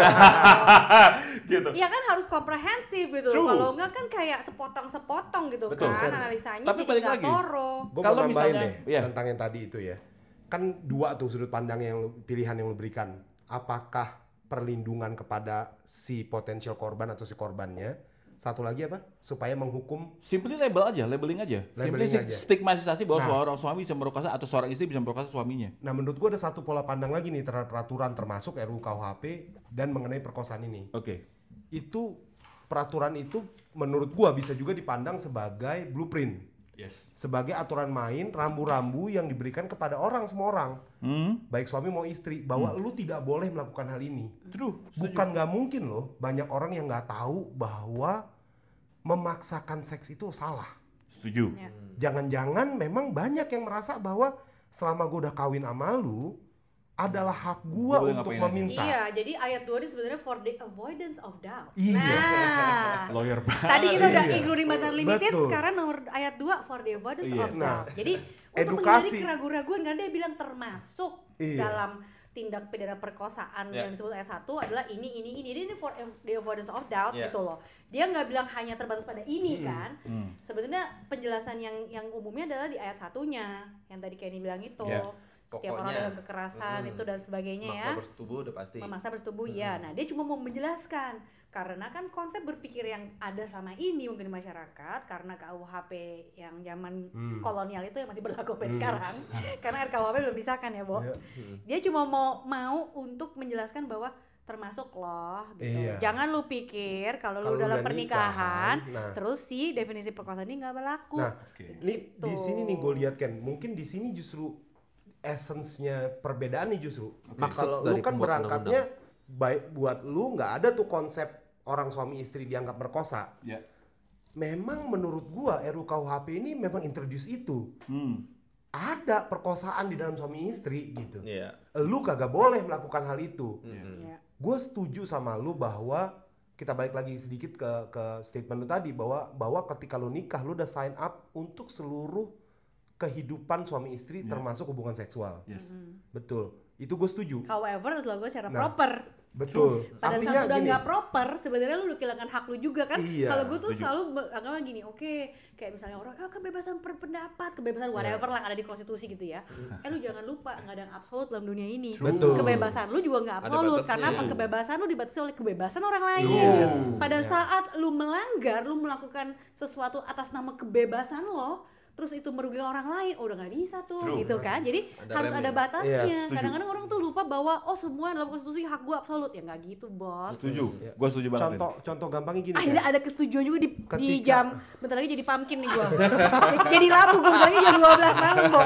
Gitu. Iya kan harus komprehensif gitu. True. Kalau enggak kan kayak sepotong-sepotong gitu Betul. kan analisanya. Tapi jadi balik nggak lagi. toro. Gue Kalau mau nambahin misalnya- deh iya. tentang yang tadi itu ya. Kan dua tuh sudut pandang yang lu- pilihan yang lu berikan. Apakah perlindungan kepada si potensial korban atau si korbannya? Satu lagi apa? Supaya menghukum. Simply label aja, labeling aja. Simply Labeling aja. stigmatisasi bahwa Nah. seorang suami bisa merkosa atau seorang istri bisa merkosa suaminya. Nah, menurut gua ada satu pola pandang lagi nih terhadap peraturan termasuk R U U K U H P dan mengenai perkosaan ini. Oke. Itu peraturan itu menurut gua bisa juga dipandang sebagai blueprint. Yes. Sebagai aturan main rambu-rambu yang diberikan kepada orang semua orang. Hmm. Baik suami mau istri bahwa lu tidak boleh melakukan hal ini. True. Bukan nggak mungkin loh, banyak orang yang nggak tahu bahwa memaksakan seks itu salah. Setuju. Ya. Jangan-jangan memang banyak yang merasa bahwa selama gue udah kawin sama lu, adalah hak gue Boleh untuk ngapain aja. meminta. Iya, jadi ayat dua ini sebenarnya for the avoidance of doubt. Iya. Nah, Lawyer banget. tadi kita udah Iya. including but not limited, Betul. sekarang nomor ayat dua for the avoidance Iya. of Nah, doubt. Jadi untuk edukasi. menghindari keraguan-keraguan karena dia bilang termasuk Iya. dalam tindak pidana perkosaan Iya. yang disebut ayat satu adalah ini ini ini ini for the avoidance of doubt Iya. gitu loh. Dia nggak bilang hanya terbatas pada ini kan. Hmm. Sebetulnya penjelasan yang yang umumnya adalah di ayat satunya yang tadi Kenny bilang itu. Iya. Setiap orang Pokoknya, dengan kekerasan mm-mm. itu dan sebagainya ya. Maksa bersetubuh udah pasti. Memaksa bersetubuh ya. Nah, dia cuma mau menjelaskan karena kan konsep berpikir yang ada selama ini mungkin di masyarakat karena K U H P yang zaman Hmm. kolonial itu yang masih berlaku sampai Hmm. sekarang. Karena R K U H P belum disahkan ya, Bo. Iya. Dia cuma mau mau untuk menjelaskan bahwa termasuk loh gitu. Iya. Jangan lu pikir kalau Kalau lu dalam udah pernikahan nikahan, nah. terus si definisi perkosaan ini nggak berlaku. Nah, Oke. Nih Gitu. di sini nih gue lihat kan, mungkin di sini justru essence-nya perbedaan nih justru. Maksud Kalau dari lu kan pembuat berangkatnya baik buat lu nggak ada tuh konsep orang suami istri dianggap merkosa. Ya. Memang menurut gua R U U K U H P ini memang introduce itu. Hmm. Ada perkosaan di dalam suami istri gitu. Iya. Lu kagak boleh melakukan hal itu. Mm-mm. Ya. Gue setuju sama lu bahwa kita balik lagi sedikit ke ke statement lu tadi bahwa bahwa ketika lu nikah lu udah sign up untuk seluruh kehidupan suami istri Ya. termasuk hubungan seksual. Yes. Betul. Itu gue setuju. However, harus dilakukan secara Nah, proper. Betul. Pada Artinya saat udah gini. nggak proper, sebenarnya lu udah kehilangan hak lu juga kan. Iya, Kalau gue tuh setuju. selalu anggapnya gini, oke, kayak misalnya orang, ah kebebasan berpendapat, kebebasan whatever lah ada di konstitusi gitu ya. Eh lu jangan lupa nggak ada yang absolut dalam dunia ini. Betul. Kebebasan lu juga nggak Ada absolut batasnya. karena apa? Kebebasan lu dibatasi oleh kebebasan orang lain. Yes. Pada Ya. saat lu melanggar, lu melakukan sesuatu atas nama kebebasan lo, terus itu merugikan orang lain, oh udah nggak bisa tuh, True. gitu kan. Jadi Ada harus remnya. ada batasnya. Iya, setuju. Kadang-kadang orang tuh lupa bahwa oh semua dalam konstitusi hak gua absolut, ya nggak gitu bos. Setuju. Ya. Gua setuju banget. Contoh contoh gampangnya gini. Akhirnya kan. ada kesetujuan juga di, di Ketika- jam, bentar lagi jadi pumpkin nih gua. Jadi lampu gua lagi jam dua belas malam, Bo.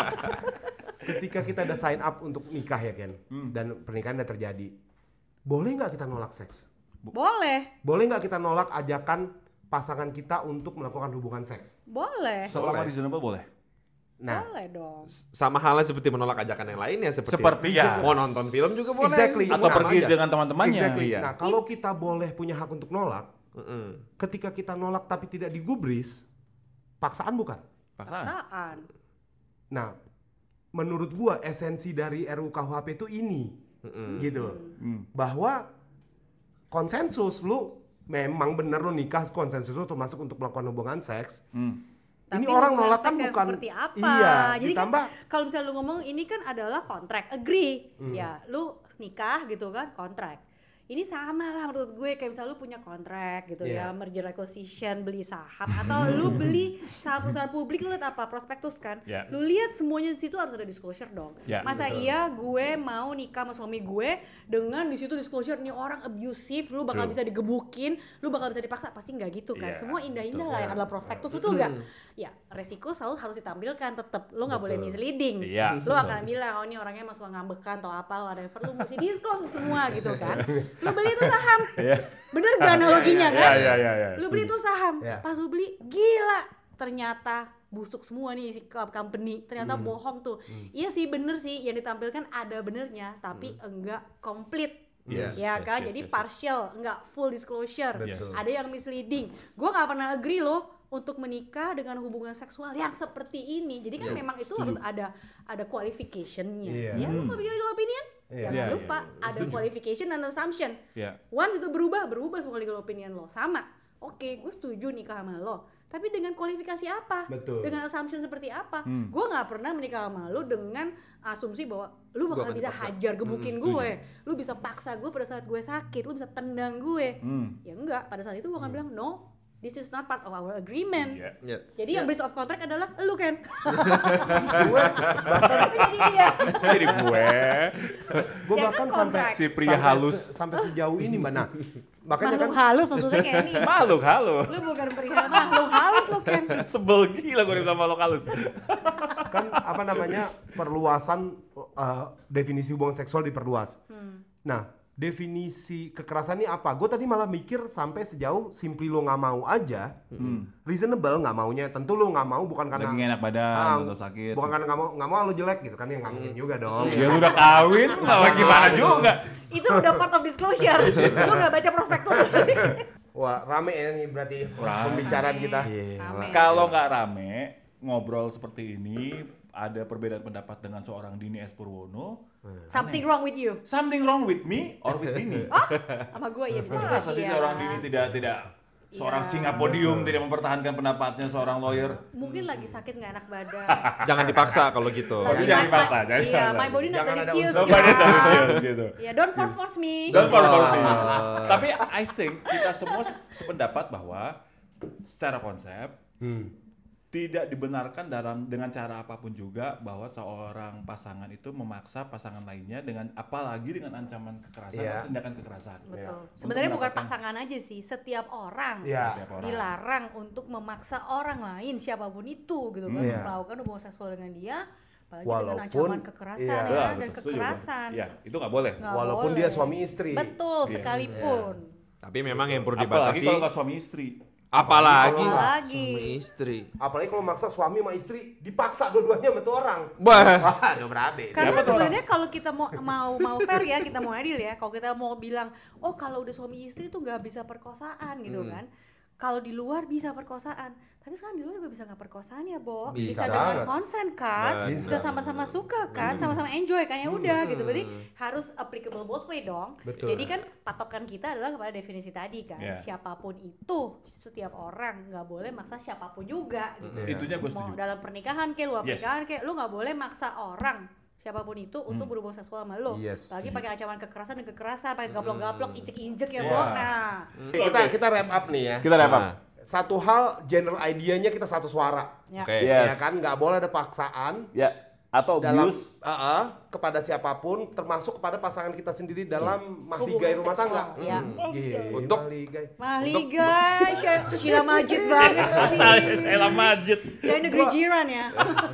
Ketika kita udah sign up untuk nikah ya Ken, Hmm. dan pernikahan udah terjadi, boleh nggak kita nolak seks? Boleh, Boleh nggak kita nolak ajakan pasangan kita untuk melakukan hubungan seks? boleh. Selama Boleh. reasonable boleh. Nah, Boleh dong. Sama halnya seperti menolak ajakan yang lainnya seperti, Seperti ya. mau nonton film juga boleh. Exactly. Atau Sama pergi aja. dengan teman-temannya. exactly. Iya. Nah, kalau kita boleh punya hak untuk nolak, Mm-mm. ketika kita nolak tapi tidak digubris, paksaan bukan? Paksaan. Paksaan. Nah, menurut gua esensi dari R U U K U H P itu ini, Mm-mm. gitu, Hmm. bahwa konsensus lu memang bener lu nikah konsensus lu termasuk untuk melakukan hubungan seks. Hmm. Ini Tapi orang hubungan nolak kan seks yang bukan seperti apa? Iya, Jadi kan ditambah kalau misalnya lu ngomong ini kan adalah kontrak, agree. Hmm. Ya, lu nikah gitu kan, kontrak. Ini sama lah menurut gue, kayak misalnya lu punya kontrak gitu Yeah. ya, merger acquisition, beli saham, atau lu beli saham perusahaan publik, lu lihat apa, prospektus kan, Yeah. lu lihat semuanya di situ harus ada disclosure dong. Yeah. Masa iya gue mau nikah sama suami gue dengan di situ disclosure nih orang abusive, lu bakal True. bisa digebukin, lu bakal bisa dipaksa, pasti nggak gitu kan. Yeah. Semua indah-indah lah yang adalah prospektus, betul nggak? Ya resiko selalu harus ditampilkan tetap, lu nggak boleh misleading. Iya. Lu akan bilang, oh ini orangnya emang suka ngambekan atau apa, whatever, lu mesti disclose semua gitu kan. Lu beli itu saham, Iya. bener gak analoginya kan? Iya, iya, iya, iya. Lu beli itu saham, Iya. pas lu beli, gila, ternyata busuk semua nih isi company, ternyata Hmm. bohong tuh. Iya sih bener sih, yang ditampilkan ada benernya, tapi enggak komplit. Yes, Ya yes, kan, yes, jadi yes, yes. partial, enggak full disclosure. Betul. Ada yang misleading. Gua nggak pernah agree loh untuk menikah dengan hubungan seksual yang seperti ini. Jadi kan Iya, memang itu harus ada ada qualification-nya. Iya. Ya, lu kalau bikin legal opinion, Iya. jangan Iya, iya, lupa ada qualification dan assumption. Iya. Once itu berubah, berubah semua legal opinion lo. Sama. Oke, gue setuju nikah sama lo. Tapi dengan kualifikasi apa? Betul. Dengan assumption seperti apa? Hmm. Gue nggak pernah menikah sama lo dengan asumsi bahwa lu bakal Gua akan bisa dipaksa. hajar, gebukin Hmm, gue. Lu bisa paksa gue pada saat gue sakit. Lu bisa tendang gue. Hmm. Ya enggak, pada saat itu gue akan bilang, no, this is not part of our agreement. Iya. Ya. Jadi yang breach of contract adalah lu kan. gue Jadi dia. Jadi gue gue Ya kan bahkan kontrak. sampai Si pria sampai halus. se- sampai sejauh ini mbak. Nah makanya Makhluk kan halus maksudnya kayak ini. makhluk halo. Lu bukan pria makhluk halus lu kan. Sebel gila gue sama makhluk halus. kan apa namanya perluasan eh, definisi hubungan seksual diperluas. Nah definisi kekerasan ini apa? Gue tadi malah mikir sampai sejauh simply lo nggak mau aja, reasonable nggak maunya. Tentu lo nggak mau bukan karena Lagi nggak enak badan Ah, atau sakit. bukan karena nggak mau nggak mau lo jelek gitu kan, yang nggak mungkin juga dong. Ya lu udah kawin, nggak mau gimana juga. Itu udah part of disclosure. Lu nggak baca prospektus. Wah rame ya nih berarti Rame. pembicaraan kita. Rame. Kalau nggak rame, ngobrol seperti ini, ada perbedaan pendapat dengan seorang Dini S. Purwono, Something wrong with you. something wrong with me or with Dini. Sama gue ya bisa Masa jadi sih ya. seorang Dini tidak tidak seorang Iya. singa podium tidak mempertahankan pendapatnya seorang lawyer. Mungkin lagi sakit nggak enak badan. Jangan dipaksa kalau gitu. Lagi Jangan my- dipaksa, my- jangan Iya, dipaksa. my body not Jangan ada delicious. unsur Nobody ya. says gitu. Ya, don't force force me. Don't fall for me. Oh. Tapi I think kita semua se- sependapat bahwa secara konsep Hmm. tidak dibenarkan dalam dengan cara apapun juga bahwa seorang pasangan itu memaksa pasangan lainnya dengan apalagi dengan ancaman kekerasan Iya. atau tindakan kekerasan. Betul. Ya. Sebenarnya Untuk bukan mendapatkan- pasangan aja sih, setiap orang Iya. Setiap orang. dilarang untuk memaksa orang lain siapapun itu gitu kan, Iya. melakukan hubungan seksual dengan dia, apalagi dengan Walaupun- ancaman kekerasan iya. ya Ya, dan betul, setuju, kekerasan. Bang. Ya, itu nggak boleh. Nggak Walaupun boleh. dia suami istri. Betul, Iya. sekalipun. Tapi memang yang perlu Apalagi dibatasi. kalau nggak suami istri. Apalagi Apalagi. suami istri. Apalagi kalau maksa suami sama istri dipaksa dua-duanya sama tuh orang. Bah. Wah, udah berabe. Karena Siapa tuh sebenarnya kalau kita mau mau mau fair ya, kita mau adil ya. Kalau kita mau bilang, oh kalau udah suami istri tuh nggak bisa perkosaan gitu kan. Kalau di luar bisa perkosaan, tapi sekarang di luar juga bisa nggak perkosaan ya, Bo? Bisa banget. dengan konsen kan, Bisa. bisa sama-sama suka kan, sama-sama enjoy kan, ya udah gitu. Berarti harus applicable both way dong. Betul. Jadi kan patokan kita adalah kepada definisi tadi kan, Yeah. siapapun itu, setiap orang nggak boleh maksa siapapun juga gitu. Iya. Itunya gue Mau setuju. dalam pernikahan ke luar Yes. pernikahan ke, lu nggak boleh maksa orang siapapun itu untuk Hmm. berhubungan seksual sama lo. Yes. Lagi pakai ancaman kekerasan dan kekerasan, pakai gaplok-gaplok, injek-injek ya, Yeah. Bo. Nah, Oke, kita kita wrap up nih ya. Kita dapat. Nah, Satu hal general idea-nya kita satu suara. ya. Oke. Yes. Ya kan nggak boleh ada paksaan Ya, atau dalam abuse. uh, uh, kepada siapapun termasuk kepada pasangan kita sendiri dalam mahligai Hubungan rumah tangga. seksual, ya. Gila, Untuk- mahligai. Mahligai, Sy- Sheila Majid banget sih. Sheila Majid. Dari negeri jiran ya.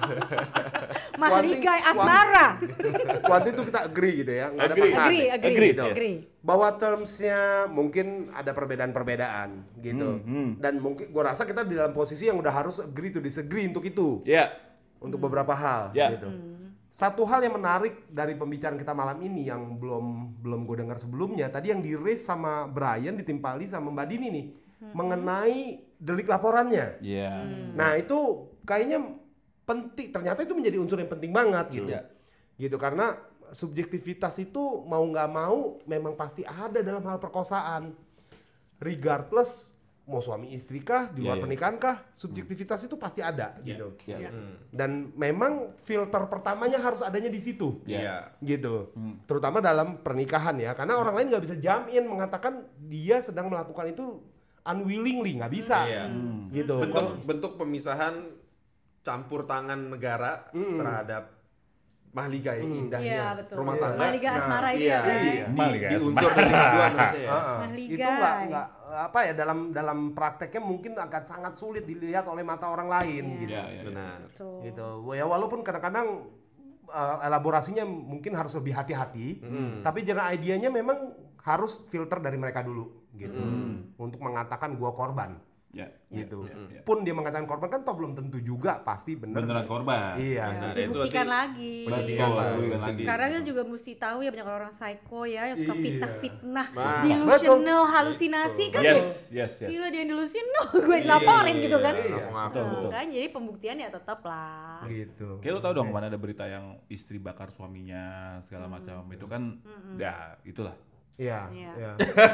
Mahligai One thing- Asmara. Waktu itu kita agree gitu ya, nggak ada Agree. paksaan. Agree, agree, Agree, gitu. agree. Bahwa termsnya mungkin ada perbedaan-perbedaan gitu. Hmm, hmm. Dan mungkin gua rasa kita di dalam posisi yang udah harus agree to disagree untuk itu. Ya. Untuk beberapa hal Ya. gitu. Satu hal yang menarik dari pembicaraan kita malam ini yang belum belum gue dengar sebelumnya, tadi yang di-raise sama Brian ditimpali sama Mbak Dini nih mengenai delik laporannya. Ya. Nah, itu kayaknya penting, ternyata itu menjadi unsur yang penting banget gitu. Iya. Gitu karena subjektivitas itu mau nggak mau memang pasti ada dalam hal perkosaan. Regardless mau suami istri kah, di luar Yeah, yeah. pernikahan kah, subjektivitas itu pasti ada Yeah, gitu. yeah. Dan memang filter pertamanya harus adanya di situ. Iya. Gitu. Terutama dalam pernikahan ya, karena orang lain nggak bisa jamin mengatakan dia sedang melakukan itu unwillingly, nggak bisa. Iya. Gitu. Bentuk Kalau- bentuk pemisahan campur tangan negara terhadap mahligai indahnya Iya, betul. rumah Iya. tangga. Mahliga asmara ini Iya, ya, Bray? iya. Mahligai Di, asmara. diunsur dari kedua maksudnya ya. Ah, Mahligai. itu nggak nggak apa ya dalam dalam prakteknya mungkin akan sangat sulit dilihat oleh mata orang lain gitu. Iya, iya, iya. Benar. Betul. Gitu. Ya walaupun kadang-kadang uh, elaborasinya mungkin harus lebih hati-hati, tapi general idenya memang harus filter dari mereka dulu gitu. Untuk mengatakan gua korban Ya. gitu. ya, ya. Pun dia mengatakan korban kan toh belum tentu juga pasti bener. Beneran korban. Iya. Nah, gitu. itu Dibuktikan nanti- lagi. Betul, buktikan lagi. Karena kita juga mesti tahu ya banyak orang psycho ya yang suka Iya. fitnah-fitnah, Nah. delusional, halusinasi kan Yes, ya. yes, yes. Gila dia yang delusional, gue dilaporin gitu kan. Iya, Iya. ngaku-ngaku. Betul, betul. Kan jadi pembuktian ya tetap lah. Gitu. Kayak lo tau dong kemana ada berita yang istri bakar suaminya segala macam itu kan, ya itulah. Iya, Iya. iya.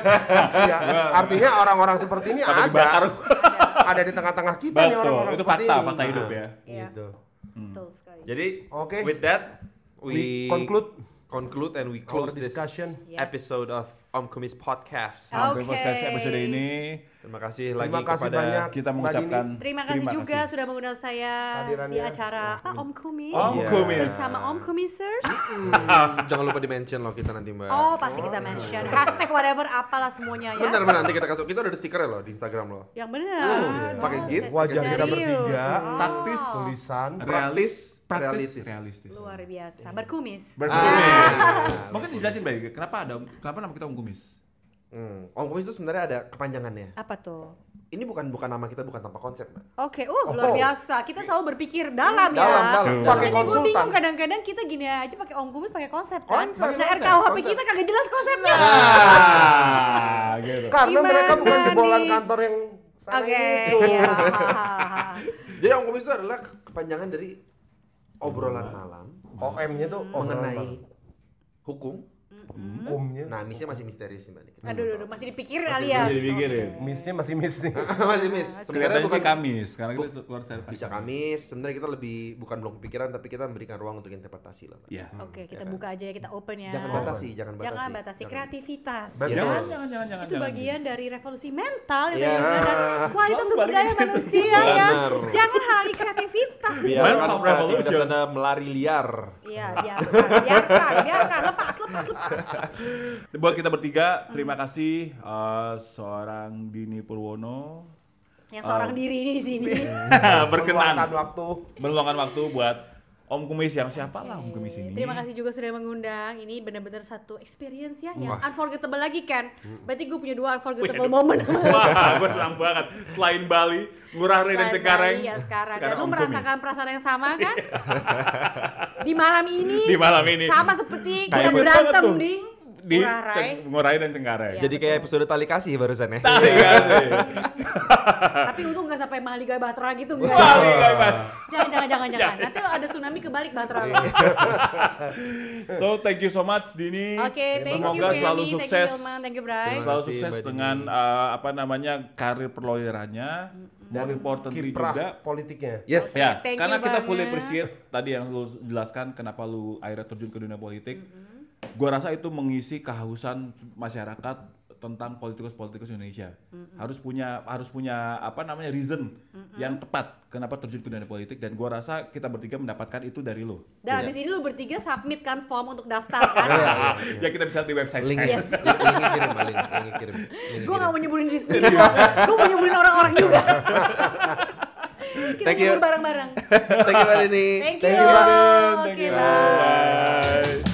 Iya, artinya orang-orang seperti ini Sampai dibakar. ada. Ada di tengah-tengah kita nih Betul, orang-orang itu seperti fakta, ini. fakta hidup ya. Iya. Gitu. Betul sekali. Jadi Oke. with that we, We conclude conclude and we close our this discussion. Yes. episode of Om Kumis Podcast. Oke. Sampai podcast episode ini Terima kasih lagi Terima kasih kepada banyak. kita Mbak mengucapkan Terima kasih juga sudah mengundang saya Hadirannya. di acara apa, Om Kumis. Om Iya. Kumis. Bersama Om Kumisers. Jangan lupa di mention loh kita nanti Mbak. Oh, pasti kita mention. Hashtag whatever apalah semuanya ya. Benar benar nanti kita kasih. Kita udah ada stikernya loh di Instagram loh. Yang benar. Pakai gift. Wajah kita Serius. bertiga, Oh. taktis, tulisan. realis, praktis, realistis. realistis. Luar biasa. Berkumis. Berkumis. Mungkin dijelasin baik, kenapa ada kenapa nama kita Om Kumis? Hmm. Om Kumis itu sebenarnya ada kepanjangannya. Apa tuh? Ini bukan bukan nama kita bukan tanpa konsep, Mbak. Oke, uh luar biasa. Kita selalu berpikir dalam, Dalam, ya. dalam, dalam. Makanya Pakai gue konsultan. bingung kadang-kadang kita gini aja pakai Om Kumis pakai konsep kan. Konsep, Nah, konsep, R K U H P konsep. kita kagak jelas konsepnya. Ah, gitu. Karena Gimana mereka bukan jebolan nih? kantor yang sana Oke, itu. ya. Jadi Om Kumis itu adalah kepanjangan dari obrolan malam O M-nya tuh mengenai hukum. hukumnya. Nah, misnya masih misterius sih, Mbak. Kita Aduh, aduh, aduh, masih dipikir Masih kali ya. Masih dipikir ya. Misnya masih miss nih. masih mis. Sebenarnya Kelihatannya bukan sih Kamis, karena kita keluar secara bisa Kamis. Sebenarnya kita lebih bukan belum kepikiran tapi kita memberikan ruang untuk interpretasi lah, Mbak. Iya. Oke, kita buka aja ya, kita open ya. Jangan batasi, jangan batasi. Jangan batasi Jangan. kreativitas. Betul. ya kan? Jangan, jangan, jangan, jangan. Itu jangan. bagian dari revolusi mental yang Iya. tadi menggunakan kualitas Selalu sumber balik daya ke situ. manusia ya. Benar. Jangan halangi kreativitas. Biar Mental kan kreativitas revolution. Anda melari liar. Iya, biarkan, biarkan, biarkan, lepas, lepas, lepas. Buat kita bertiga, terima kasih uh, seorang Dini Purwono Yang seorang diri ini di sini. berkenan Meluangkan waktu. meluangkan waktu buat Om Kumis yang siapa lah Om Kumis ini. Terima kasih juga sudah mengundang. Ini benar-benar satu experience ya, yang Wah. unforgettable lagi kan. Berarti gue punya dua unforgettable Punya dua. moment. Wah, gue senang banget. Selain Bali, Ngurah Rai dan Selain Cengkareng. Bali, ya sekarang. Dan lu Om merasakan Kumis. perasaan yang sama kan? Di malam ini. Di malam ini. Sama seperti Kayak kita banget berantem tuh. di Di Ngurah Rai. Ceng- Ngurah Rai dan Cengkareng. Ya. Jadi kayak episode tali kasih barusan ya. Tali kasih. Tapi untung nggak sampai Mahligai Batra gitu enggak. Bali, guys. Jangan jangan jangan jangan. Nanti ada tsunami kebalik Batra. So thank you so much Dini. Oke, thank you Semoga Kenny, selalu thank you sukses. Hilman, thank you Bray. Terima Selalu kasih, sukses Mbak Dini. dengan uh, apa namanya karir perlawyerannya dan importantly Kiprah juga. politiknya. Yes. Ya, Thank karena you kita fully banget. appreciate tadi yang lu jelaskan kenapa lu akhirnya terjun ke dunia politik. Gua rasa itu mengisi kehausan masyarakat tentang politikus-politikus Indonesia. Harus punya harus punya apa namanya reason yang tepat kenapa terjun ke dunia politik dan gua rasa kita bertiga mendapatkan itu dari lu. Dan di sini lu bertiga submit kan form untuk daftar kan? Ya kita bisa lihat di website. Link, saya. Yes. link, linknya kirim, Mbak, link, linknya kirim. Linknya Gue gak kirim. mau nyebulin diri sendiri, gue mau nyebulin orang-orang juga. Kita Thank you. nyebur bareng-bareng. Thank you, Mbak Dini. Thank you. Thank you, Raden. Thank Oke, you. bye. Bye.